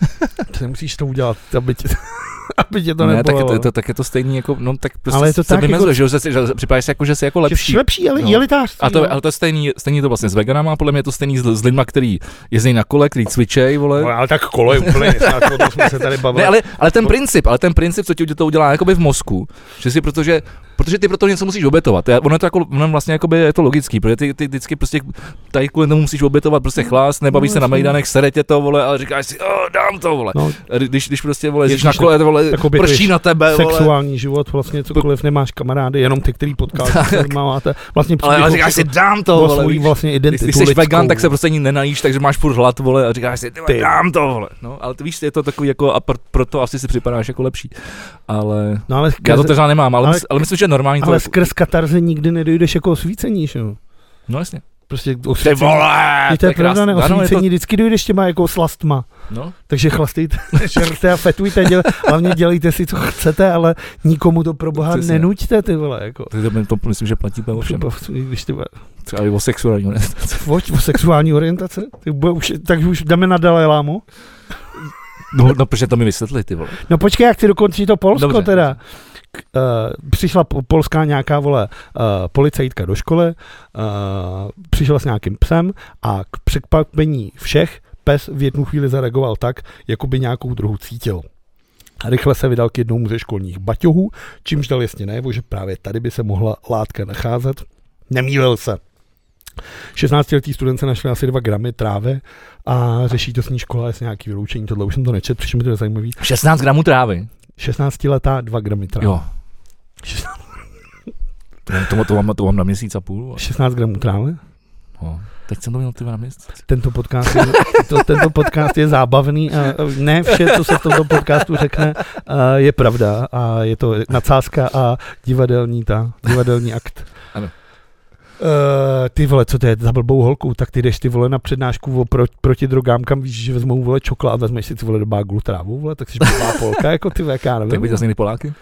Ty musíš to udělat, aby tě, aby tě to ne, nebolelo. Tak je to, tak je to stejný, jako, no tak prostě ale je to se tak vymezuje, jako... že, že, že připadáš si jako, že jsi jako lepší. Že jsi lepší, ale no. Jelitář. A to, ale to je stejný, stejný to vlastně s veganama, podle mě je to stejný s, s lidma, který jezdí na kole, který cvičej, vole. No, ale tak kolo je úplně nesmátko, to jsme se tady bavili. Ne, ale, ale ten princip, ale ten princip, co ti to udělá jakoby v mozku, že si protože Protože ty proto něco musíš obětovat. Ono je to jako, ono vlastně jakoby je to logický, protože ty, ty vždycky prostě tady kvůli tomu musíš obětovat prostě chlás, nebavíš no, se na mejdanech, sere tě to, vole, ale říkáš si, oh, dám to, vole. No, když, když prostě, vole, jsi na kole, vole, prší na tebe, vole. Sexuální život, vlastně cokoliv, nemáš kamarády, jenom ty, který potkáš, máte. Vlastně ale, ale říkáš si, dám to, vole. Svůj vlastně identitu. Když jsi vegan, tak se prostě nic nenajíš, takže máš furt hlad, vole, a říkáš si, ty, dám to, vole. No, ale ty víš, je to takový jako, a proto asi si připadáš jako lepší. Ale, no, ale já to třeba nemám, ale, ale, mysl, ale myslím, že normální ale to. Skrz katarze nikdy nedojdeš jako osvícení, jo? No jasně. Prostě osvícení. Ty vole, to je pravda, ne, osvícení to... vždycky dojdeš těma jako slastma. No. Takže chlastejte, žerte a fetujte, děl, hlavně dělejte si, co chcete, ale nikomu to pro boha přesně nenuďte, ty vole, jako. To, to myslím, že platí o všem. Když ty... Třeba i o sexuální orientaci. O, o sexuální orientaci? Ty, už, tak už jdeme na Dalaj Lámu? No, no, protože to mi vysvětli, ty vole. No počkej, jak ty dokončí to Polsko. Dobře. Teda. Uh, přišla polská nějaká, vole, uh, policajtka do školy, uh, přišla s nějakým psem a k překvapení všech pes v jednu chvíli zareagoval tak, jako by nějakou druhu cítil. Rychle se vydal k jednomu ze školních baťohů, čímž dal jasně najevo, že právě tady by se mohla látka nacházet. Nemýlil se. šestnáctiletý student se našli asi dva gramy trávy a řeší to s ní škola, jestli nějaký vyloučení, tohle už jsem to nečet, přišlo mi to zajímavý. šestnáct gramů trávy? šestnáctiletá, dva gramy trávy. Jo. to, to, to, mám, to mám na měsíc a půl. šestnáct gramů trávy? No. Teď jsem to měl ty na měsíc. Tento podcast je, to, tento podcast je zábavný a ne vše, co se v tomto podcastu řekne, je pravda a je to nadsázka a divadelní, ta, divadelní akt. Ano. Uh, ty vole, co to je za blbou holku, tak ty jdeš ty vole na přednášku pro, proti drogám, kam víš, že vezmou vole čokla a vezmeš si ty vole do báglu trávu, vole, tak jsi blbá polka, jako ty jak já nevím. Tak by zase někdy Poláky?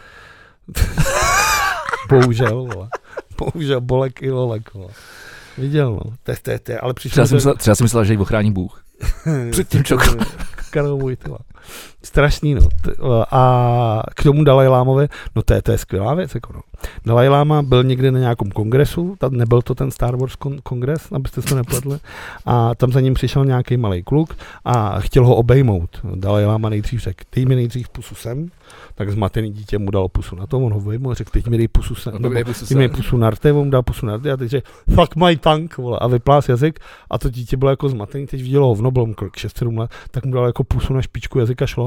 Bohužel, vole. Bohužel, bolek i lolek, vole. Viděl, no. Te, te, te, ale přišlo... Třeba, jsem myslel, třeba jsem myslel, že ji ochrání Bůh. Před tím čokolem. Karlovůj, ty vole. Strašný, no. A k tomu Dalaj Lámovi, no to je, to je skvělá věc, jako no. Dalaj Láma byl někde na nějakém kongresu, tam nebyl to ten Star Wars kon- kongres, abyste se nepletli, a tam za ním přišel nějaký malý kluk a chtěl ho obejmout. Dalaj Láma nejdřív řekl, dej mi nejdřív pusu sem, tak zmatený dítě mu dal pusu na to, on ho obejmul a řekl, teď mi dej pusu sem, no, dej pusu, dej pusu na rty, on mu dal pusu na rty a teď řekl, fuck my tongue, vole, a vyplás jazyk a to dítě bylo jako zmatený, teď vidělo hovno, bylo mu kolik šest sedm let, tak mu dal jako pusu na špičku jazyka, šlo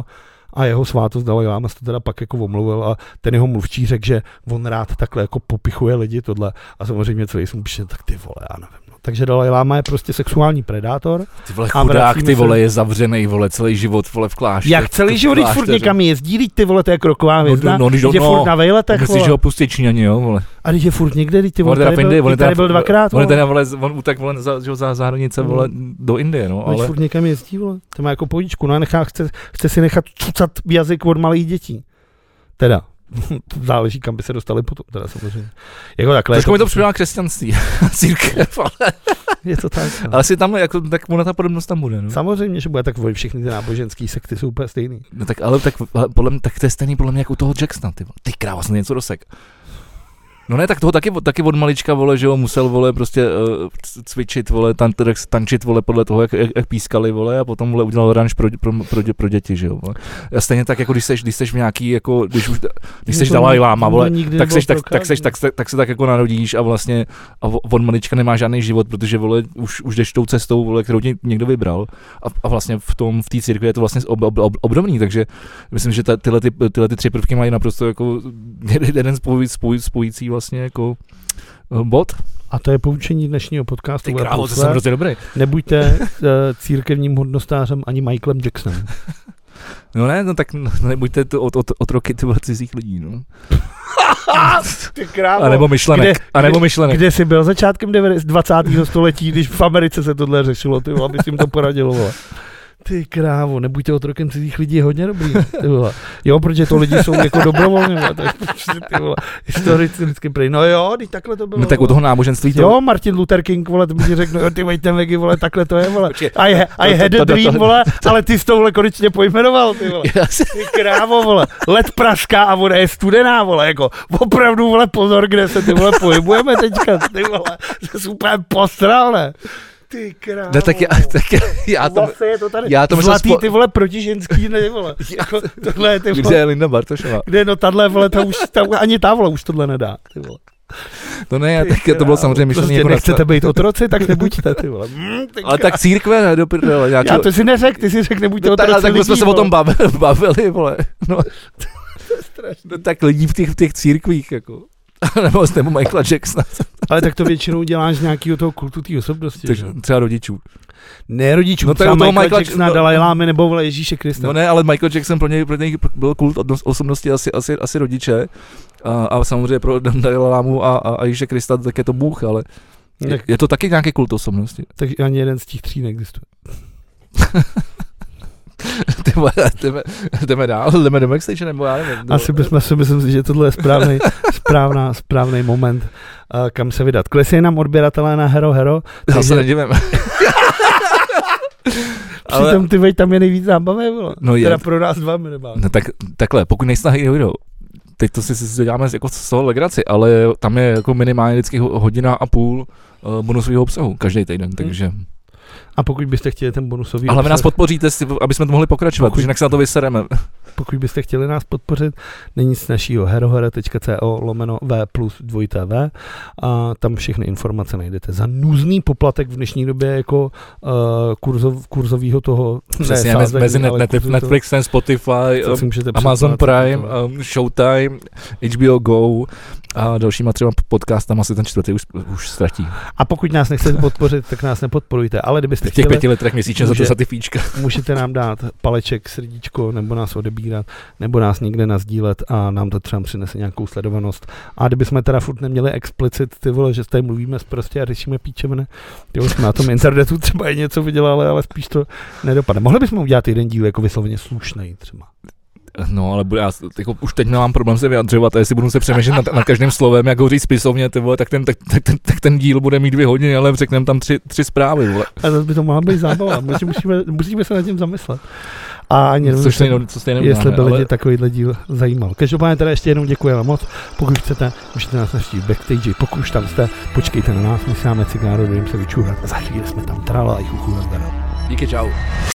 a jeho svátost Dalaj Láma se to teda pak jako omluvil a ten jeho mluvčí řekl, že on rád takhle jako popichuje lidi tohle a samozřejmě celý jsem píše, tak ty vole, já nevím. No. Takže Dalaj Láma je prostě sexuální predátor. Ty vole chudák, ty vole, se... je zavřenej, vole, celý život, vole, v klášteře. Jak celý život, když furt někam jezdí, ty vole, to je kroková hvězda, no, no, no, je no, furt na vejletech, vole. Myslíš, že ho pustí Číňani, jo, vole. A když je furt někde, ty vole, on tady, byl, tady byl dvakrát, vole. On teda, vole, on utek, vole, za, za, za hranice, vole, do Indie, no, ale... Když furt někam jezdí, vole, to má jako pohodičku, no a nechá, chce, chce si nechat cucat jazyk od malých dětí. Teda. Záleží, kam by se dostali potom, teda samozřejmě. Jako takhle. Trošku mi to připomíná křesťanství, církev, ale... Je to tak. No. Ale si tam, jako, tak ona ta podobnost tam bude, no. Samozřejmě, že bude, tak všechny ty náboženský sekty jsou úplně stejný. No tak, ale tak, podle mě, tak to je stejný podle mě jako u toho Jacksona, ty, ty kráva, jsem něco dosek. No ne, tak toho taky, taky od malička, vole, že jo, musel, vole, prostě uh, cvičit, vole, tan, tančit, vole, podle toho, jak, jak, jak pískali, vole, a potom, vole, udělal ranč pro, pro, pro, pro děti, že jo, vole. A stejně tak, jako když seš, když seš v nějaký, jako, když už, když seš Dalaj Láma, vole, tak seš, tak, tak, seš, tak, tak, tak se tak jako narodíš a vlastně, a od malička nemá žádný život, protože, vole, už, už jdeš tou cestou, vole, kterou ti někdo vybral a, a vlastně v tom, v té církvi je to vlastně ob, ob, ob, obdobný, takže myslím, že ta, tyhle, ty, tyhle ty tři prvky mají naprosto jako jeden spoj, spoj, spojící vlastně jako bod. A to je poučení dnešního podcastu. Ty krávo, to jsem hrozně dobrý. Nebuďte uh, církevním hodnostářem ani Michaelem Jacksonem. No ne, no tak no, nebuďte to od, od, otroky tyhle cizích lidí, no. Ty krávo. A nebo myšlenek. Kde, a nebo kde, myšlenek. Kde jsi byl začátkem dvacátého století, když v Americe se tohle řešilo, ty vole, aby si jim to poradilo, vole. Ty krávo, nebuďte otrokem cizích lidí, je hodně dobrý, ty vole. Jo, protože to lidi jsou jako dobrovolně, vole, tak ty vole, historicky vždycky prý, no jo, teď takhle to bylo. No tak u toho náboženství to... Jo, Martin Luther King, vole, to mi ti řeknu, jo, ty vejte vegy, vole, takhle to je, vole. I, I had a dream, vole, ale ty jsi to, vole, konečně pojmenoval, ty vole. Ty krávo, vole, led praská a voda je studená, vole, jako, opravdu, vole, pozor, kde se ty, vole, pohybujeme teďka, ty vole, jsi úplně postral, ne? Ty krávo. No tak já, tak já to... Zase je to tady já to zlatý, spo... ty vole, protiženský, ne, vole. Jako, tohle je, ty vole. Kde je Linda Bartošová? Kde, no tahle, vole, ta už, ta, ani ta, vole, už tohle nedá, ty vole. To ne, já, tak to bylo samozřejmě myšlený prostě jako... nechcete být otroci, tak nebuďte, ty vole. Mm, ale tak církve, ne, do prdele. Já to si neřek, ty si řek, nebuďte no, otroci tak, tak lidí, jsme se vole. o tom bavili, bavili vole. No. To je strašný. No, tak lidí v těch, v těch církvích, jako. nebo, nebo Michaela Jacksona. Ale tak to většinou děláš z nějakého toho kultu té osobnosti. Tak, třeba rodičů. Ne rodičů, no, třeba Michaela Michael Jacksona, no, Dalaj Lámy nebo vole Ježíše Krista. No ne, ale Michael Jackson pro něj, pro něj byl kult osobnosti asi, asi, asi rodiče. A, a samozřejmě pro Dalaj Lámu a, a, a Ježíše Krista tak je to Bůh, ale je, je to taky nějaký kult osobnosti. Tak ani jeden z těch tří neexistuje. jdeme, jdeme dál, jdeme do backstage, nebo já nevím. Asi bychom si myslím si, že tohle je správný, správná, správný moment, uh, kam se vydat. Klesají nám odběratelé na Hero Hero. Já takže... se nedivím. Přitom ty veď tam je nejvíc zábavy, bylo. No je. Teda pro nás dva mi nebá. No tak, takhle, pokud nejste na Hero Hero, teď to si, si děláme jako z toho legraci, ale tam je jako minimálně vždycky hodina a půl uh, bonusového obsahu každý týden, hmm. takže... A pokud byste chtěli ten bonusový ale obsah... vy nás podpoříte, aby jsme to mohli pokračovat, pokud, protože jinak se na to vysereme. Pokud byste chtěli nás podpořit, není nic našího herohero tečka co lomeno v plus dvojité v a tam všechny informace najdete. Za nůzný poplatek v dnešní době jako uh, kurzov, kurzovýho toho... Přesně, ne, mezi net, net, Netflixem, Spotify, um, Amazon Prime, um, Showtime, H B O Go a dalšíma třeba podcastama se ten čtvrtý už, už ztratí. A pokud nás nechcete podpořit, tak nás nepodporujte, ale kdybyste v těch chtěli... pěti letrech měsíčně za to za ty fíčka. Můžete nám dát paleček, srdíčko, nebo nás odebírat, nebo nás někde nazdílet a nám to třeba přinese nějakou sledovanost. A kdybychom teda furt neměli explicit, ty vole, že tady mluvíme prostě a řešíme píčeviny, ty vole, jsme na tom internetu třeba i něco vydělali, ale spíš to nedopadne. Mohli bychom udělat jeden díl jako vysloveně slušnej třeba. No, ale já jako, už teď nemám problém se vyjadřovat a jestli budu se přemýšlet nad, nad každým slovem, jak ho říct spisovně, ty vole, tak, ten, tak, tak, ten, tak ten díl bude mít dvě hodiny, ale řekneme tam tři, tři zprávy. Vole. A to by to mohla být zábava, musíme, musíme se nad tím zamyslet. A ani což stejno, co stejně jestli by ale... lidi takovýhle díl zajímal. Každopádně teda ještě jednou děkujeme moc. Pokud chcete, můžete nás navštívit backstage. Pokud už tam jste, počkejte na nás, my si dáme cigáro, dojím se vyčůrat. A za chvíli jsme tam trala a chuchu nazdar. Díky, čau.